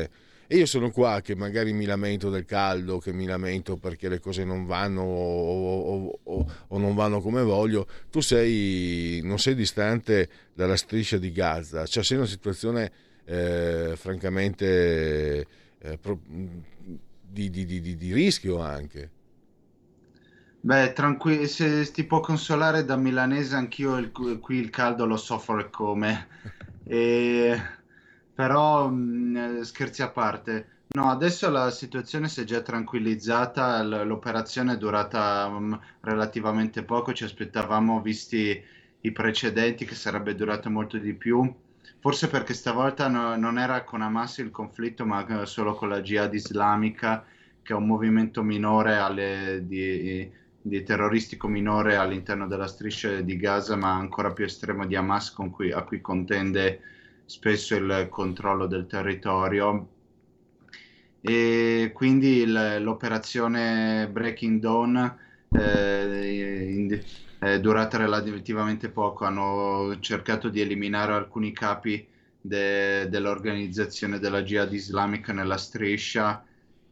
E io sono qua che magari mi lamento del caldo, che mi lamento perché le cose non vanno o, o, o, o non vanno come voglio. Tu sei, non sei distante dalla striscia di Gaza, cioè sei in una situazione eh, francamente eh, pro, di, di, di, di rischio anche. Beh, tranquillo, se ti può consolare da milanese, anch'io il- qui il caldo lo soffro e come. E- Però, mh, scherzi a parte, no, adesso la situazione si è già tranquillizzata, l- l'operazione è durata mh, relativamente poco, ci aspettavamo, visti i precedenti, che sarebbe durato molto di più. Forse perché stavolta no- non era con Hamas il conflitto, ma eh, solo con la Jihad islamica, che è un movimento minore alle- di, di terroristico minore all'interno della striscia di Gaza, ma ancora più estremo di Hamas, con cui- a cui contende spesso il controllo del territorio. E quindi il- l'operazione Breaking Dawn eh, in- è durata relativamente poco. Hanno cercato di eliminare alcuni capi de- dell'organizzazione della Jihad islamica nella striscia,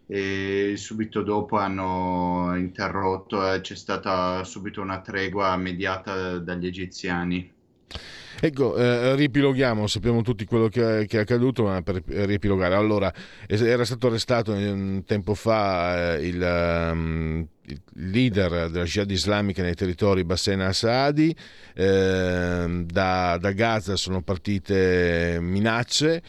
e subito dopo hanno interrotto e c'è stata subito una tregua mediata dagli egiziani. Ecco, eh, riepiloghiamo, sappiamo tutti quello che è, che è accaduto, ma per riepilogare, allora, es- era stato arrestato un tempo fa eh, il, ehm, il leader della Jihad islamica nei territori Bassena Asadi, ehm, da, da Gaza sono partite minacce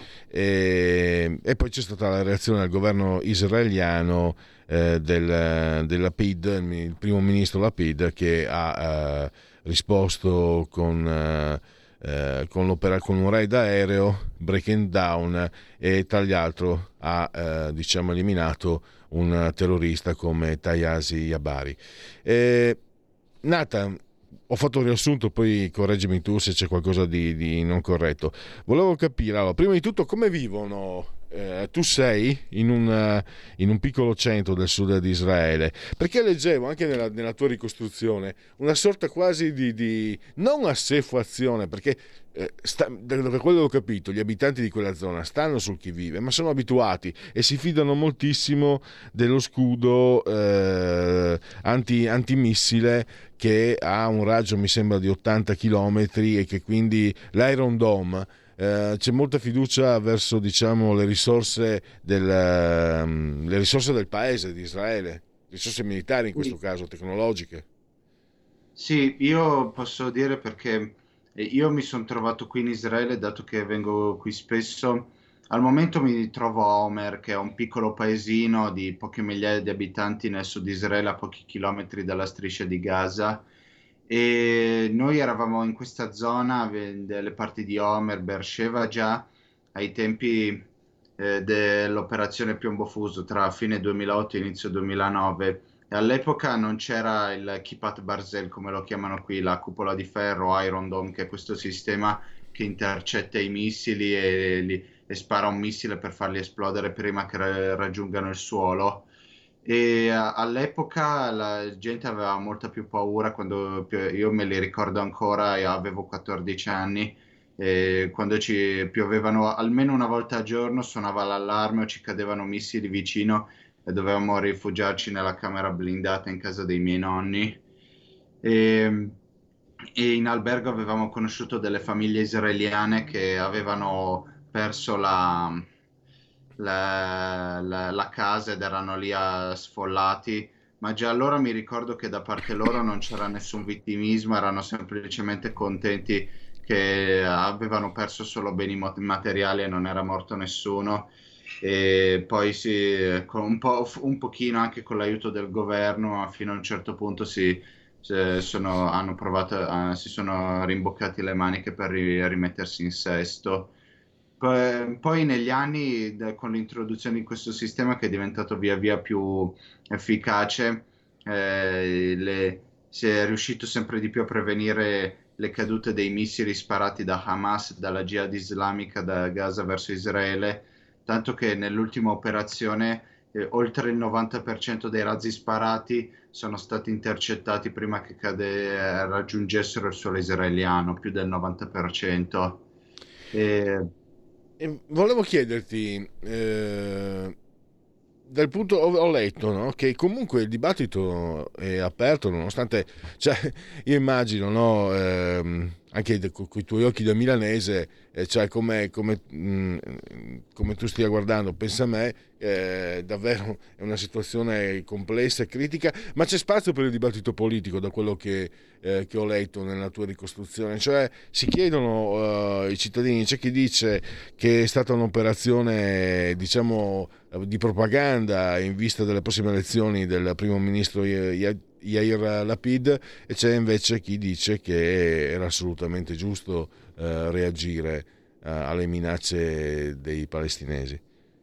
e, e poi c'è stata la reazione del governo israeliano eh, del, del Lapid, il primo ministro Lapid, che ha eh, risposto con... eh, eh, con, l'opera, con un raid aereo, breaking down, e tra gli altri ha eh, diciamo eliminato un terrorista come Tayasi Yabari. Eh, Nathan, ho fatto un riassunto, poi correggimi tu se c'è qualcosa di, di non corretto. Volevo capire, allora, prima di tutto, come vivono. Eh, tu sei in un, in un piccolo centro del sud di Israele, perché leggevo anche nella, nella tua ricostruzione una sorta quasi di, di non assuefazione, perché eh, sta, da da quello che ho capito, gli abitanti di quella zona stanno sul chi vive, ma sono abituati e si fidano moltissimo dello scudo eh, anti, antimissile, che ha un raggio mi sembra di ottanta chilometri, e che quindi l'Iron Dome, eh, c'è molta fiducia verso, diciamo, le risorse del, ehm, le risorse del paese di Israele, risorse militari in questo Sì. caso, tecnologiche. Sì, io posso dire perché eh, io mi sono trovato qui in Israele, dato che vengo qui spesso. Al momento mi trovo a Omer, che è un piccolo paesino di poche migliaia di abitanti nel sud di Israele, a pochi chilometri dalla striscia di Gaza. E noi eravamo in questa zona, eh, delle parti di Omer, Beersheva, già ai tempi eh, dell'operazione Piombo Fuso, tra fine duemilaotto e inizio duemilanove. E all'epoca non c'era il Kippat Barzel, come lo chiamano qui, la cupola di ferro, Iron Dome, che è questo sistema che intercetta i missili e, li- e spara un missile per farli esplodere prima che ra- raggiungano il suolo. E a- all'epoca la gente aveva molta più paura, quando pi- io me li ricordo ancora, e avevo quattordici anni, e quando ci piovevano almeno una volta al giorno, suonava l'allarme o ci cadevano missili vicino e dovevamo rifugiarci nella camera blindata in casa dei miei nonni. E, e in albergo avevamo conosciuto delle famiglie israeliane che avevano perso la, la, la- la casa ed erano lì a- sfollati, ma già allora mi ricordo che da parte loro non c'era nessun vittimismo, erano semplicemente contenti che avevano perso solo beni mo- materiali e non era morto nessuno. E poi si, con un po', un pochino anche con l'aiuto del governo, fino a un certo punto si, se- sono, hanno provato, a- si sono rimboccati le maniche per ri- rimettersi in sesto. Poi, poi negli anni, da- con l'introduzione di questo sistema, che è diventato via via più efficace, eh, le- si è riuscito sempre di più a prevenire le cadute dei missili sparati da Hamas, dalla Jihad islamica, da Gaza verso Israele, tanto che nell'ultima operazione eh, oltre il novanta per cento dei razzi sparati sono stati intercettati prima che cade- eh, raggiungessero il suolo israeliano, più del novanta per cento. E, E volevo chiederti, eh, dal punto ho, ho letto, no, che comunque il dibattito è aperto, nonostante, cioè, io immagino, no, ehm, anche con i tuoi occhi da milanese, eh, cioè come, come, mh, come tu stia guardando, pensa a me, eh, davvero è una situazione complessa e critica, ma c'è spazio per il dibattito politico, da quello che, eh, che ho letto nella tua ricostruzione. Cioè si chiedono uh, i cittadini, c'è chi dice che è stata un'operazione, diciamo, di propaganda in vista delle prossime elezioni del primo ministro Yair Lapid, e c'è invece chi dice che era assolutamente giusto uh, reagire uh, alle minacce dei palestinesi.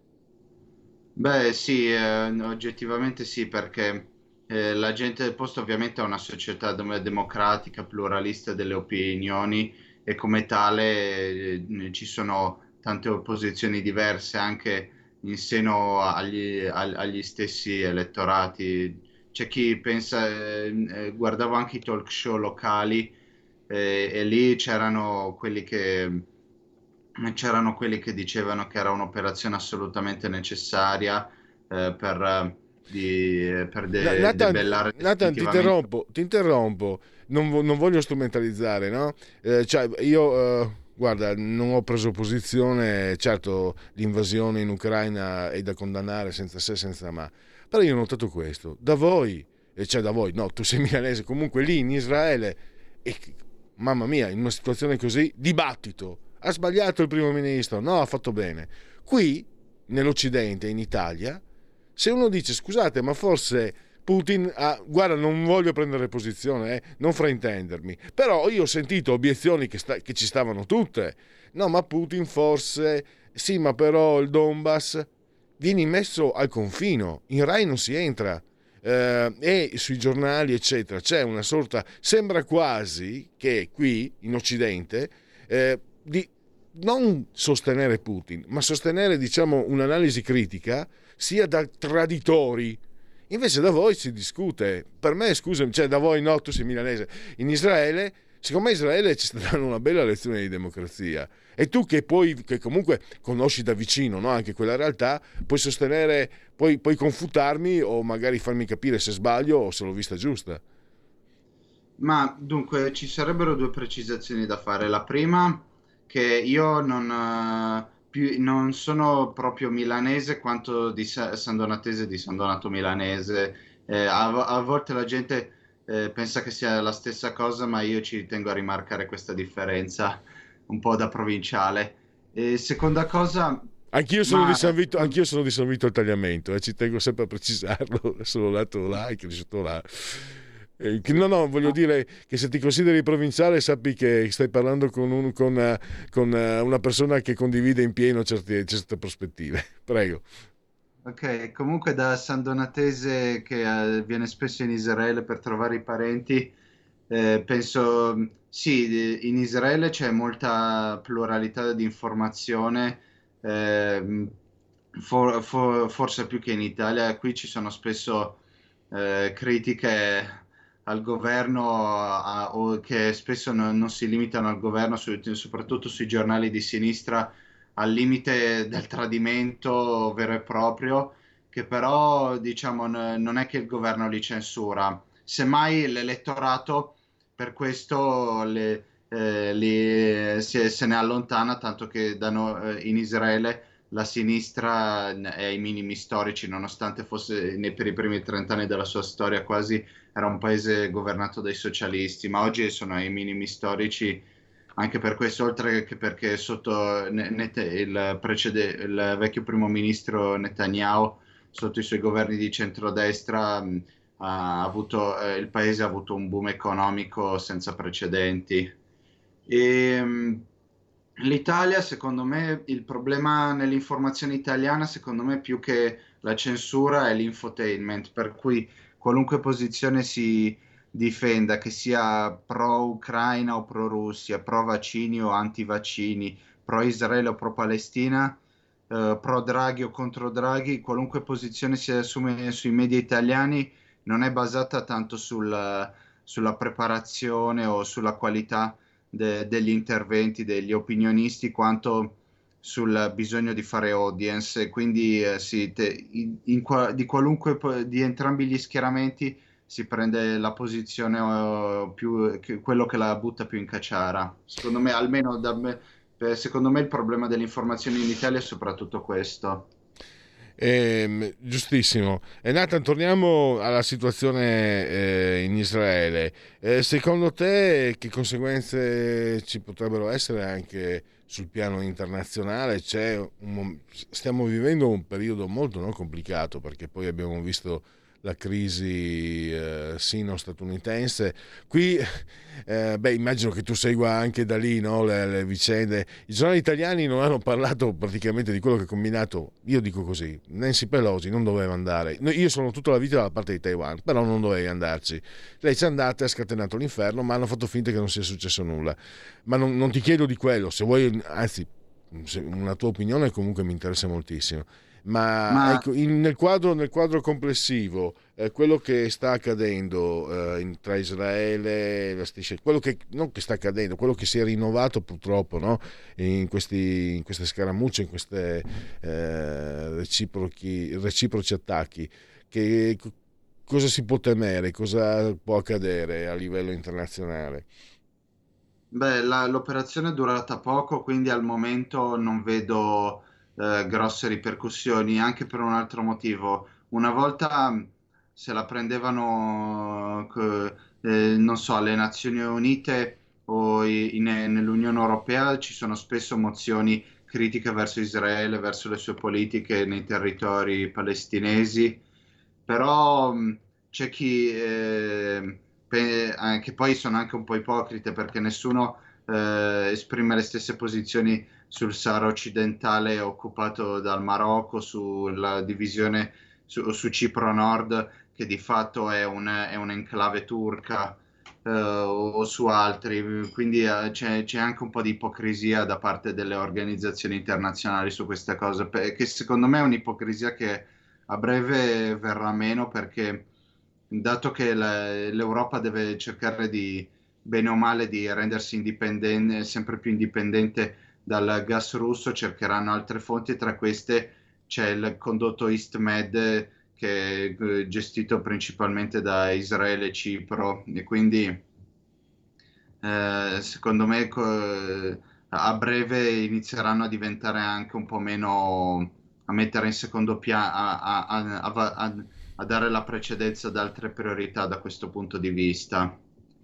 Beh, sì, eh, oggettivamente sì, perché eh, la gente del posto ovviamente è una società dem- democratica, pluralista delle opinioni, e come tale eh, ci sono tante opposizioni diverse anche in seno agli, ag- agli stessi elettorati. C'è chi pensa, eh, eh, guardavo anche i talk show locali, eh, e lì c'erano quelli che c'erano quelli che dicevano che era un'operazione assolutamente necessaria eh, per, eh, di, per de- Nathan, debellare Nathan, ti definitivamente. interrompo, ti interrompo. Non, vo- non voglio strumentalizzare, no? Eh, cioè, io, eh, guarda, non ho preso posizione. Certo, l'invasione in Ucraina è da condannare senza se, senza ma. Però io ho notato questo. Da voi, e cioè da voi, no, tu sei milanese, comunque lì in Israele, e, mamma mia, in una situazione così, dibattito. Ha sbagliato il primo ministro? No, ha fatto bene. Qui, nell'Occidente, in Italia, se uno dice scusate, ma forse Putin ha... guarda, non voglio prendere posizione, eh, non fraintendermi, però io ho sentito obiezioni che, sta... che ci stavano tutte. No, ma Putin forse... Sì, ma però il Donbass vieni messo al confino, in Rai non si entra. Eh, e sui giornali, eccetera, c'è una sorta... Sembra quasi che qui, in Occidente... Eh, di non sostenere Putin, ma sostenere, diciamo, un'analisi critica sia da traditori. Invece da voi si discute. Per me, scusami, cioè da voi no, tu sei milanese. In Israele, secondo me Israele ci sta dando una bella lezione di democrazia. E tu che poi, che comunque conosci da vicino, no, anche quella realtà, puoi sostenere, puoi, puoi confutarmi o magari farmi capire se sbaglio o se l'ho vista giusta. Ma dunque ci sarebbero due precisazioni da fare. La prima, che io non, eh, più, non sono proprio milanese quanto di Sa- San Donatese di San Donato milanese. Eh, a, vo- a volte la gente eh, pensa che sia la stessa cosa, ma io ci tengo a rimarcare questa differenza un po' da provinciale. E seconda cosa, Anch'io sono, ma di San Vito, anch'io sono di San Vito al Tagliamento, e ci tengo sempre a precisarlo. Sono nato là e cresciuto là. Eh, che- No, no, voglio dire che se ti consideri provinciale sappi che stai parlando con, un- con, eh, con, eh, una persona che condivide in pieno certe, certe prospettive. Prego. ok, comunque da San Donatese che eh, viene spesso in Israele per trovare i parenti, eh, penso sì, in Israele c'è molta pluralità di informazione, ehm, for- for- forse più che in Italia. Qui ci sono spesso eh, critiche al governo a- o che spesso non, non si limitano al governo, su- soprattutto sui giornali di sinistra, al limite del tradimento vero e proprio, che però diciamo n- non è che il governo li censura, semmai l'elettorato per questo le- eh, li- se, se ne allontana, tanto che da no- eh, in Israele la sinistra è ai minimi storici, nonostante fosse nei, per i primi trent'anni della sua storia quasi era un paese governato dai socialisti, ma oggi sono ai minimi storici anche per questo, oltre che perché sotto Ne- Net- il, precede- il vecchio primo ministro Netanyahu, sotto i suoi governi di centrodestra, mh, ha avuto, eh, il paese ha avuto un boom economico senza precedenti. E, mh, l'Italia, secondo me, il problema nell'informazione italiana, secondo me, più che la censura è l'infotainment, per cui qualunque posizione si difenda, che sia pro-Ucraina o pro-Russia, pro-vaccini o anti-vaccini, pro-Israele o pro-Palestina, eh, pro-Draghi o contro Draghi, qualunque posizione si assume sui media italiani non è basata tanto sul- sulla preparazione o sulla qualità de- degli interventi degli opinionisti, quanto sul bisogno di fare audience, e quindi eh, sì, te- in, in qua- di qualunque po- di entrambi gli schieramenti si prende la posizione eh, più che- quello che la butta più in caciara. Secondo me, almeno da me, eh, secondo me il problema delle informazioni in Italia è soprattutto questo. Eh, giustissimo. E Nathan, torniamo alla situazione eh, in Israele. Eh, secondo te che conseguenze ci potrebbero essere anche sul piano internazionale? C'è un mom- stiamo vivendo un periodo molto, no, complicato, perché poi abbiamo visto la crisi eh, sino-statunitense. Qui, eh, beh, immagino che tu segua anche da lì, no, le, le vicende. I giornali italiani non hanno parlato praticamente di quello che ha combinato, io dico così, Nancy Pelosi non doveva andare. No, io sono tutta la vita dalla parte di Taiwan, però non dovevi andarci. Lei c'è andata, ha scatenato l'inferno, ma hanno fatto finta che non sia successo nulla. Ma non, non ti chiedo di quello, se vuoi, anzi, se una tua opinione comunque mi interessa moltissimo. Ma, Ma ecco, in- nel quadro, nel quadro complessivo, eh, quello che sta accadendo eh, in- tra Israele e la striscia, quello che non che sta accadendo, quello che si è rinnovato purtroppo, no? in, questi, in queste scaramucce, in questi reciprochi, reciproci attacchi, che, cosa si può temere, cosa può accadere a livello internazionale? Beh, la- l'operazione è durata poco, quindi al momento non vedo eh, grosse ripercussioni, anche per un altro motivo. Una volta mh, se la prendevano, co- eh, non so, le Nazioni Unite o i- in- nell'Unione Europea ci sono spesso mozioni critiche verso Israele, verso le sue politiche nei territori palestinesi, però mh, c'è chi, eh, pe- eh, che poi sono anche un po' ipocrite perché nessuno eh, esprime le stesse posizioni sul Sahara occidentale occupato dal Marocco, sulla divisione su, su Cipro Nord, che di fatto è un, è un'enclave turca, eh, o, o su altri. Quindi eh, c'è, c'è anche un po' di ipocrisia da parte delle organizzazioni internazionali su queste cose, pe- che secondo me è un'ipocrisia che a breve verrà meno, perché dato che la- l'Europa deve cercare di, bene o male, di rendersi indipendente, sempre più indipendente dal gas russo, cercheranno altre fonti, e tra queste c'è il condotto EastMed, che è eh, gestito principalmente da Israele e Cipro, e quindi eh, secondo me co- a breve inizieranno a diventare anche un po' meno, a mettere in secondo piano, a, a- a- a- a- a dare la precedenza ad altre priorità da questo punto di vista.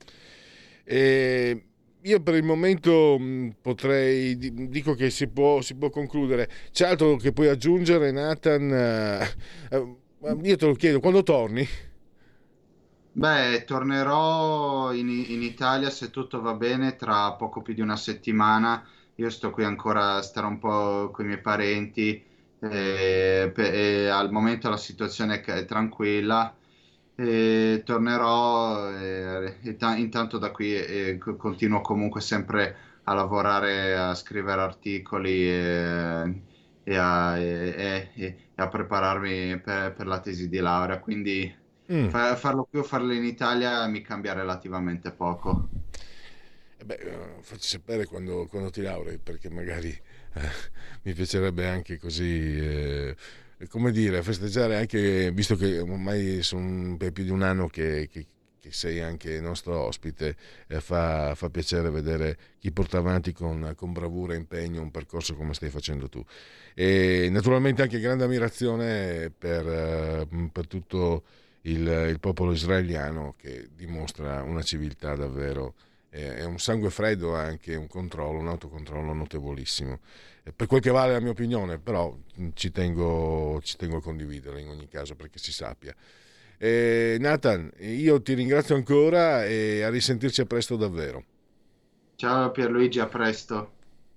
E io per il momento mh, potrei, di- dico che si può, si può concludere. C'è altro che puoi aggiungere, Nathan? Eh, eh, io te lo chiedo, quando torni? Beh, tornerò in, in Italia se tutto va bene tra poco più di una settimana. Io sto qui ancora a stare un po' con i miei parenti, e, pe- e al momento la situazione è, ca- è tranquilla. E tornerò e, e ta- intanto da qui eh, co- continuo comunque sempre a lavorare, a scrivere articoli e, e a, e- e- e a prepararmi per, per la tesi di laurea, quindi Mm. fa- farlo qui o farlo in Italia mi cambia relativamente poco. Eh beh, eh, facci sapere quando, quando ti laurei, perché magari eh, mi piacerebbe anche così, eh, come dire, festeggiare anche, visto che ormai sono per più di un anno che, che- che sei anche nostro ospite, eh, fa, fa piacere vedere chi porta avanti con, con bravura e impegno un percorso come stai facendo tu. E naturalmente anche grande ammirazione per, eh, per tutto il, il popolo israeliano, che dimostra una civiltà davvero, eh, è un sangue freddo, anche un controllo, un autocontrollo notevolissimo. Eh, Per quel che vale la mia opinione, però mh, ci tengo, ci tengo a condividere in ogni caso, perché si sappia. Eh, Nathan, io ti ringrazio ancora e a risentirci a presto davvero. Ciao Pierluigi, a presto.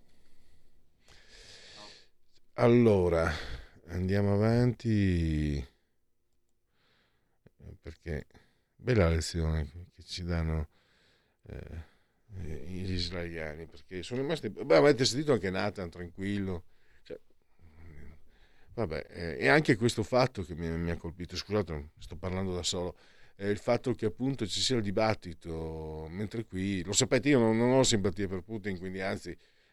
Allora, andiamo avanti, perché bella lezione che ci danno eh, gli israeliani, perché sono rimasti. Beh, avete sentito anche Nathan tranquillo, cioè, vabbè, eh, e anche questo fatto che mi, mi ha colpito, scusate, sto parlando da solo, è il fatto che appunto ci sia il dibattito, mentre qui, lo sapete, io non, non ho simpatia per Putin, quindi anzi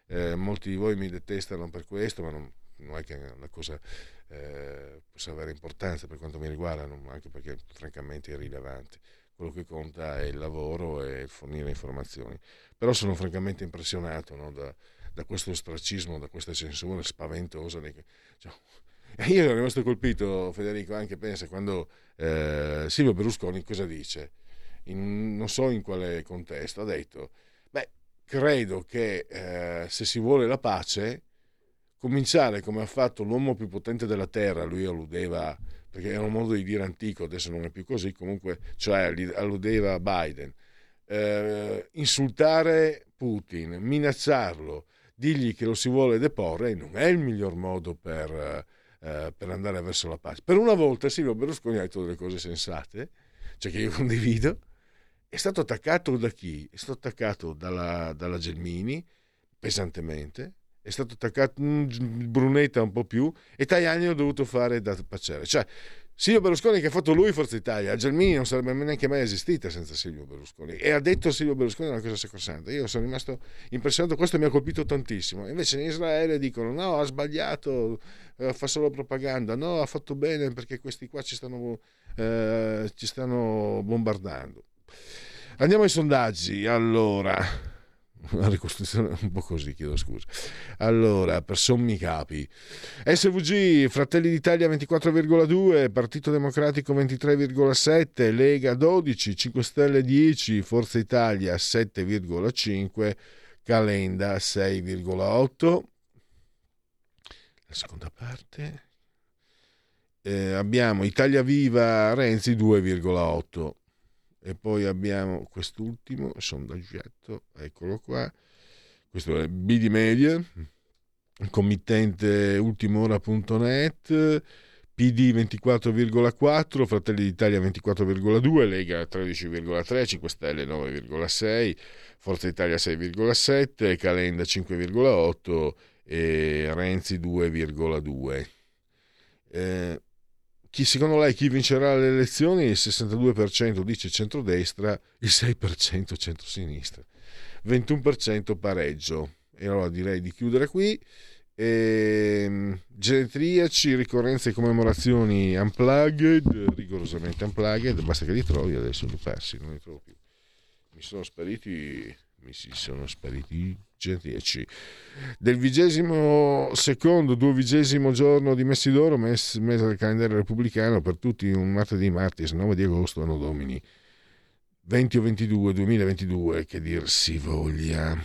eh, molti di voi mi detestano per questo, ma non, non è che una cosa eh, possa avere importanza per quanto mi riguarda, non, anche perché francamente è irrilevante. Quello che conta è il lavoro e fornire informazioni. Però sono francamente impressionato, no, da, da questo ostracismo, da questa censura spaventosa. Nei, cioè, io ero rimasto colpito, Federico, anche pensa quando eh, Silvio Berlusconi cosa dice, in, non so in quale contesto, ha detto, beh, credo che eh, se si vuole la pace, cominciare come ha fatto l'uomo più potente della terra, lui alludeva, perché era un modo di dire antico, adesso non è più così, comunque, cioè alludeva a Biden, eh, insultare Putin, minacciarlo, dirgli che lo si vuole deporre, non è il miglior modo per, eh, per andare verso la pace. Per una volta Silvio Berlusconi ha detto delle cose sensate, cioè che io condivido. È stato attaccato da chi? È stato attaccato dalla, dalla Gelmini, pesantemente, è stato attaccato Brunetta un po' più, e Tajani ha dovuto fare da pacere. Cioè Silvio Berlusconi che ha fatto lui Forza Italia, Gelmini non sarebbe neanche mai esistita senza Silvio Berlusconi, e ha detto Silvio Berlusconi una cosa sacrosanta. Io sono rimasto impressionato, questo mi ha colpito tantissimo. Invece in Israele dicono no, ha sbagliato, eh, fa solo propaganda, no, ha fatto bene perché questi qua ci stanno, eh, ci stanno bombardando. Andiamo ai sondaggi. Allora, una ricostruzione un po' così, chiedo scusa. Allora, per sommi capi, S V G, Fratelli d'Italia ventiquattro virgola due, Partito Democratico ventitré virgola sette, Lega dodici, cinque Stelle dieci, Forza Italia sette virgola cinque, Calenda sei virgola otto. La seconda parte, eh, abbiamo Italia Viva Renzi due virgola otto. E poi abbiamo quest'ultimo sondaggetto, eccolo qua, questo è B D Media, committente ultimora punto net, P D ventiquattro virgola quattro, Fratelli d'Italia ventiquattro virgola due, Lega tredici virgola tre, cinque Stelle nove virgola sei, Forza Italia sei virgola sette, Calenda cinque virgola otto e Renzi due virgola due. Eh, Chi, secondo lei chi vincerà le elezioni? Il sessantadue per cento dice centrodestra, il sei per cento centrosinistra, ventuno per cento pareggio. E allora direi di chiudere qui. E, genetriaci, ricorrenze e commemorazioni unplugged, rigorosamente unplugged, basta che li trovi, adesso li ho persi, non li trovo più. Mi sono spariti, mi si sono spariti genetriaci. Del vigesimo secondo, duovigesimo giorno di Messidoro, mese del calendario repubblicano, per tutti un martedì martis, nove di agosto, anno domini venti o ventidue, duemilaventidue, che dir si voglia.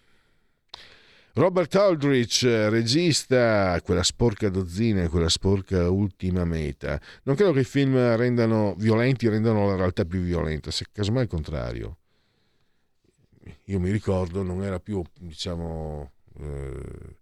Robert Aldrich, regista, quella sporca dozzina e quella sporca ultima meta. Non credo che i film rendano violenti, rendano la realtà più violenta, se casomai il contrario. Io mi ricordo, non era più, diciamo, eh,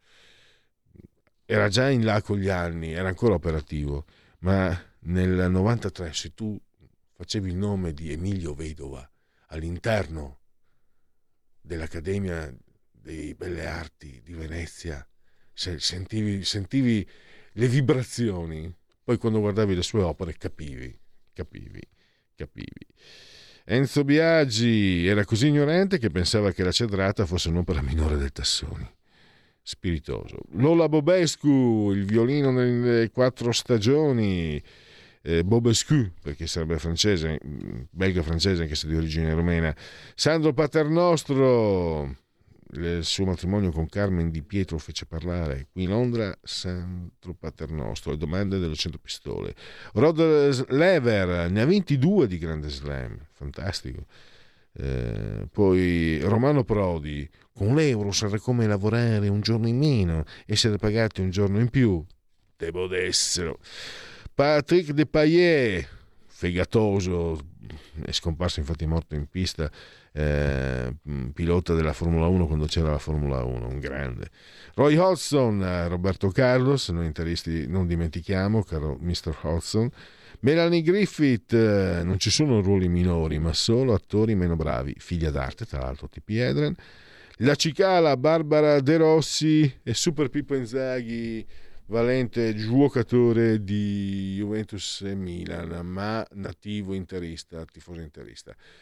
era già in là con gli anni, era ancora operativo, ma nel novantatré, se tu facevi il nome di Emilio Vedova all'interno dell'Accademia delle Belle Arti di Venezia, sentivi, sentivi le vibrazioni, poi quando guardavi le sue opere capivi, capivi, capivi. Enzo Biagi era così ignorante che pensava che la cedrata fosse un'opera minore del Tassoni. Spiritoso. Lola Bobescu, il violino nelle quattro stagioni, eh, Bobescu, perché sarebbe francese, belga-francese anche se di origine rumena. Sandro Paternostro, il suo matrimonio con Carmen Di Pietro fece parlare qui in Londra. Sandro Paternostro, le domande delle cento pistole. Rod Lever ne ha ventidue di Grande Slam, fantastico. Eh, poi Romano Prodi, con l'euro sarà come lavorare un giorno in meno, essere pagati un giorno in più, devo d'essere. Patrick Depailler, fegatoso, è scomparso, infatti è morto in pista, eh, pilota della Formula uno quando c'era la Formula uno, un grande. Roy Hodgson, Roberto Carlos, noi interisti non dimentichiamo, caro mister Hodgson. Melanie Griffith, eh, non ci sono ruoli minori ma solo attori meno bravi, figlia d'arte tra l'altro, T P Edren. La Cicala, Barbara De Rossi e Super Pippo Inzaghi, valente giocatore di Juventus e Milan, ma nativo interista, tifoso interista.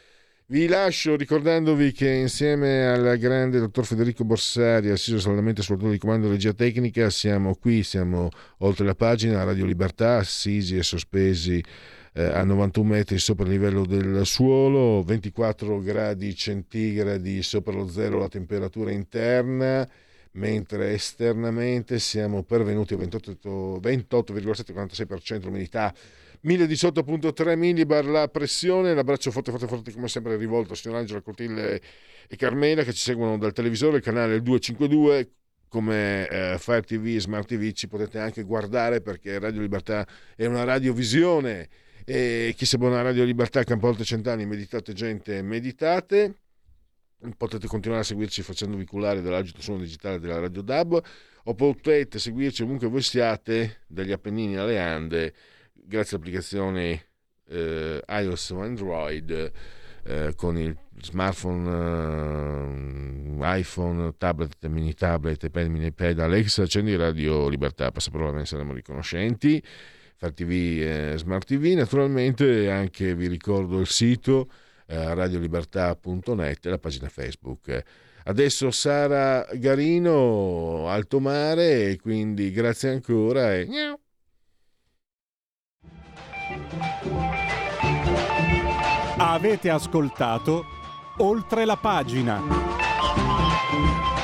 Vi lascio ricordandovi che insieme al grande dottor Federico Borsari, assiso saldamente sul ruolo di comando e regia tecnica, siamo qui, siamo oltre la pagina, a Radio Libertà, assisi e sospesi eh, a novantuno metri sopra il livello del suolo, ventiquattro gradi centigradi sopra lo zero la temperatura interna, mentre esternamente siamo pervenuti a ventotto virgola settantasei per cento l'umidità, mille diciotto virgola tre millibar la pressione. L'abbraccio forte forte forte come sempre rivolto a signor Angela Cortile e Carmela che ci seguono dal televisore, il canale duecentocinquantadue, come eh, Fire T V, Smart T V ci potete anche guardare, perché Radio Libertà è una radiovisione, e chi segue una Radio Libertà Campolte Cent'anni, meditate gente, meditate. Potete continuare a seguirci facendovi cullare dall'agito suono digitale della Radio D A B, o potete seguirci ovunque voi siate, dagli Appennini alle Ande, grazie alle applicazioni eh, iOS o Android, eh, con il smartphone, eh, iPhone, tablet, mini tablet, iPad, mini iPad, Alexa, accendi Radio Libertà, passaparola, ne saremo riconoscenti. Fire T V, eh, Smart T V, naturalmente anche vi ricordo il sito eh, radiolibertà punto net e la pagina Facebook. Adesso Sara Garino, Alto Mare, e quindi grazie ancora e miau. Avete ascoltato Oltre la pagina.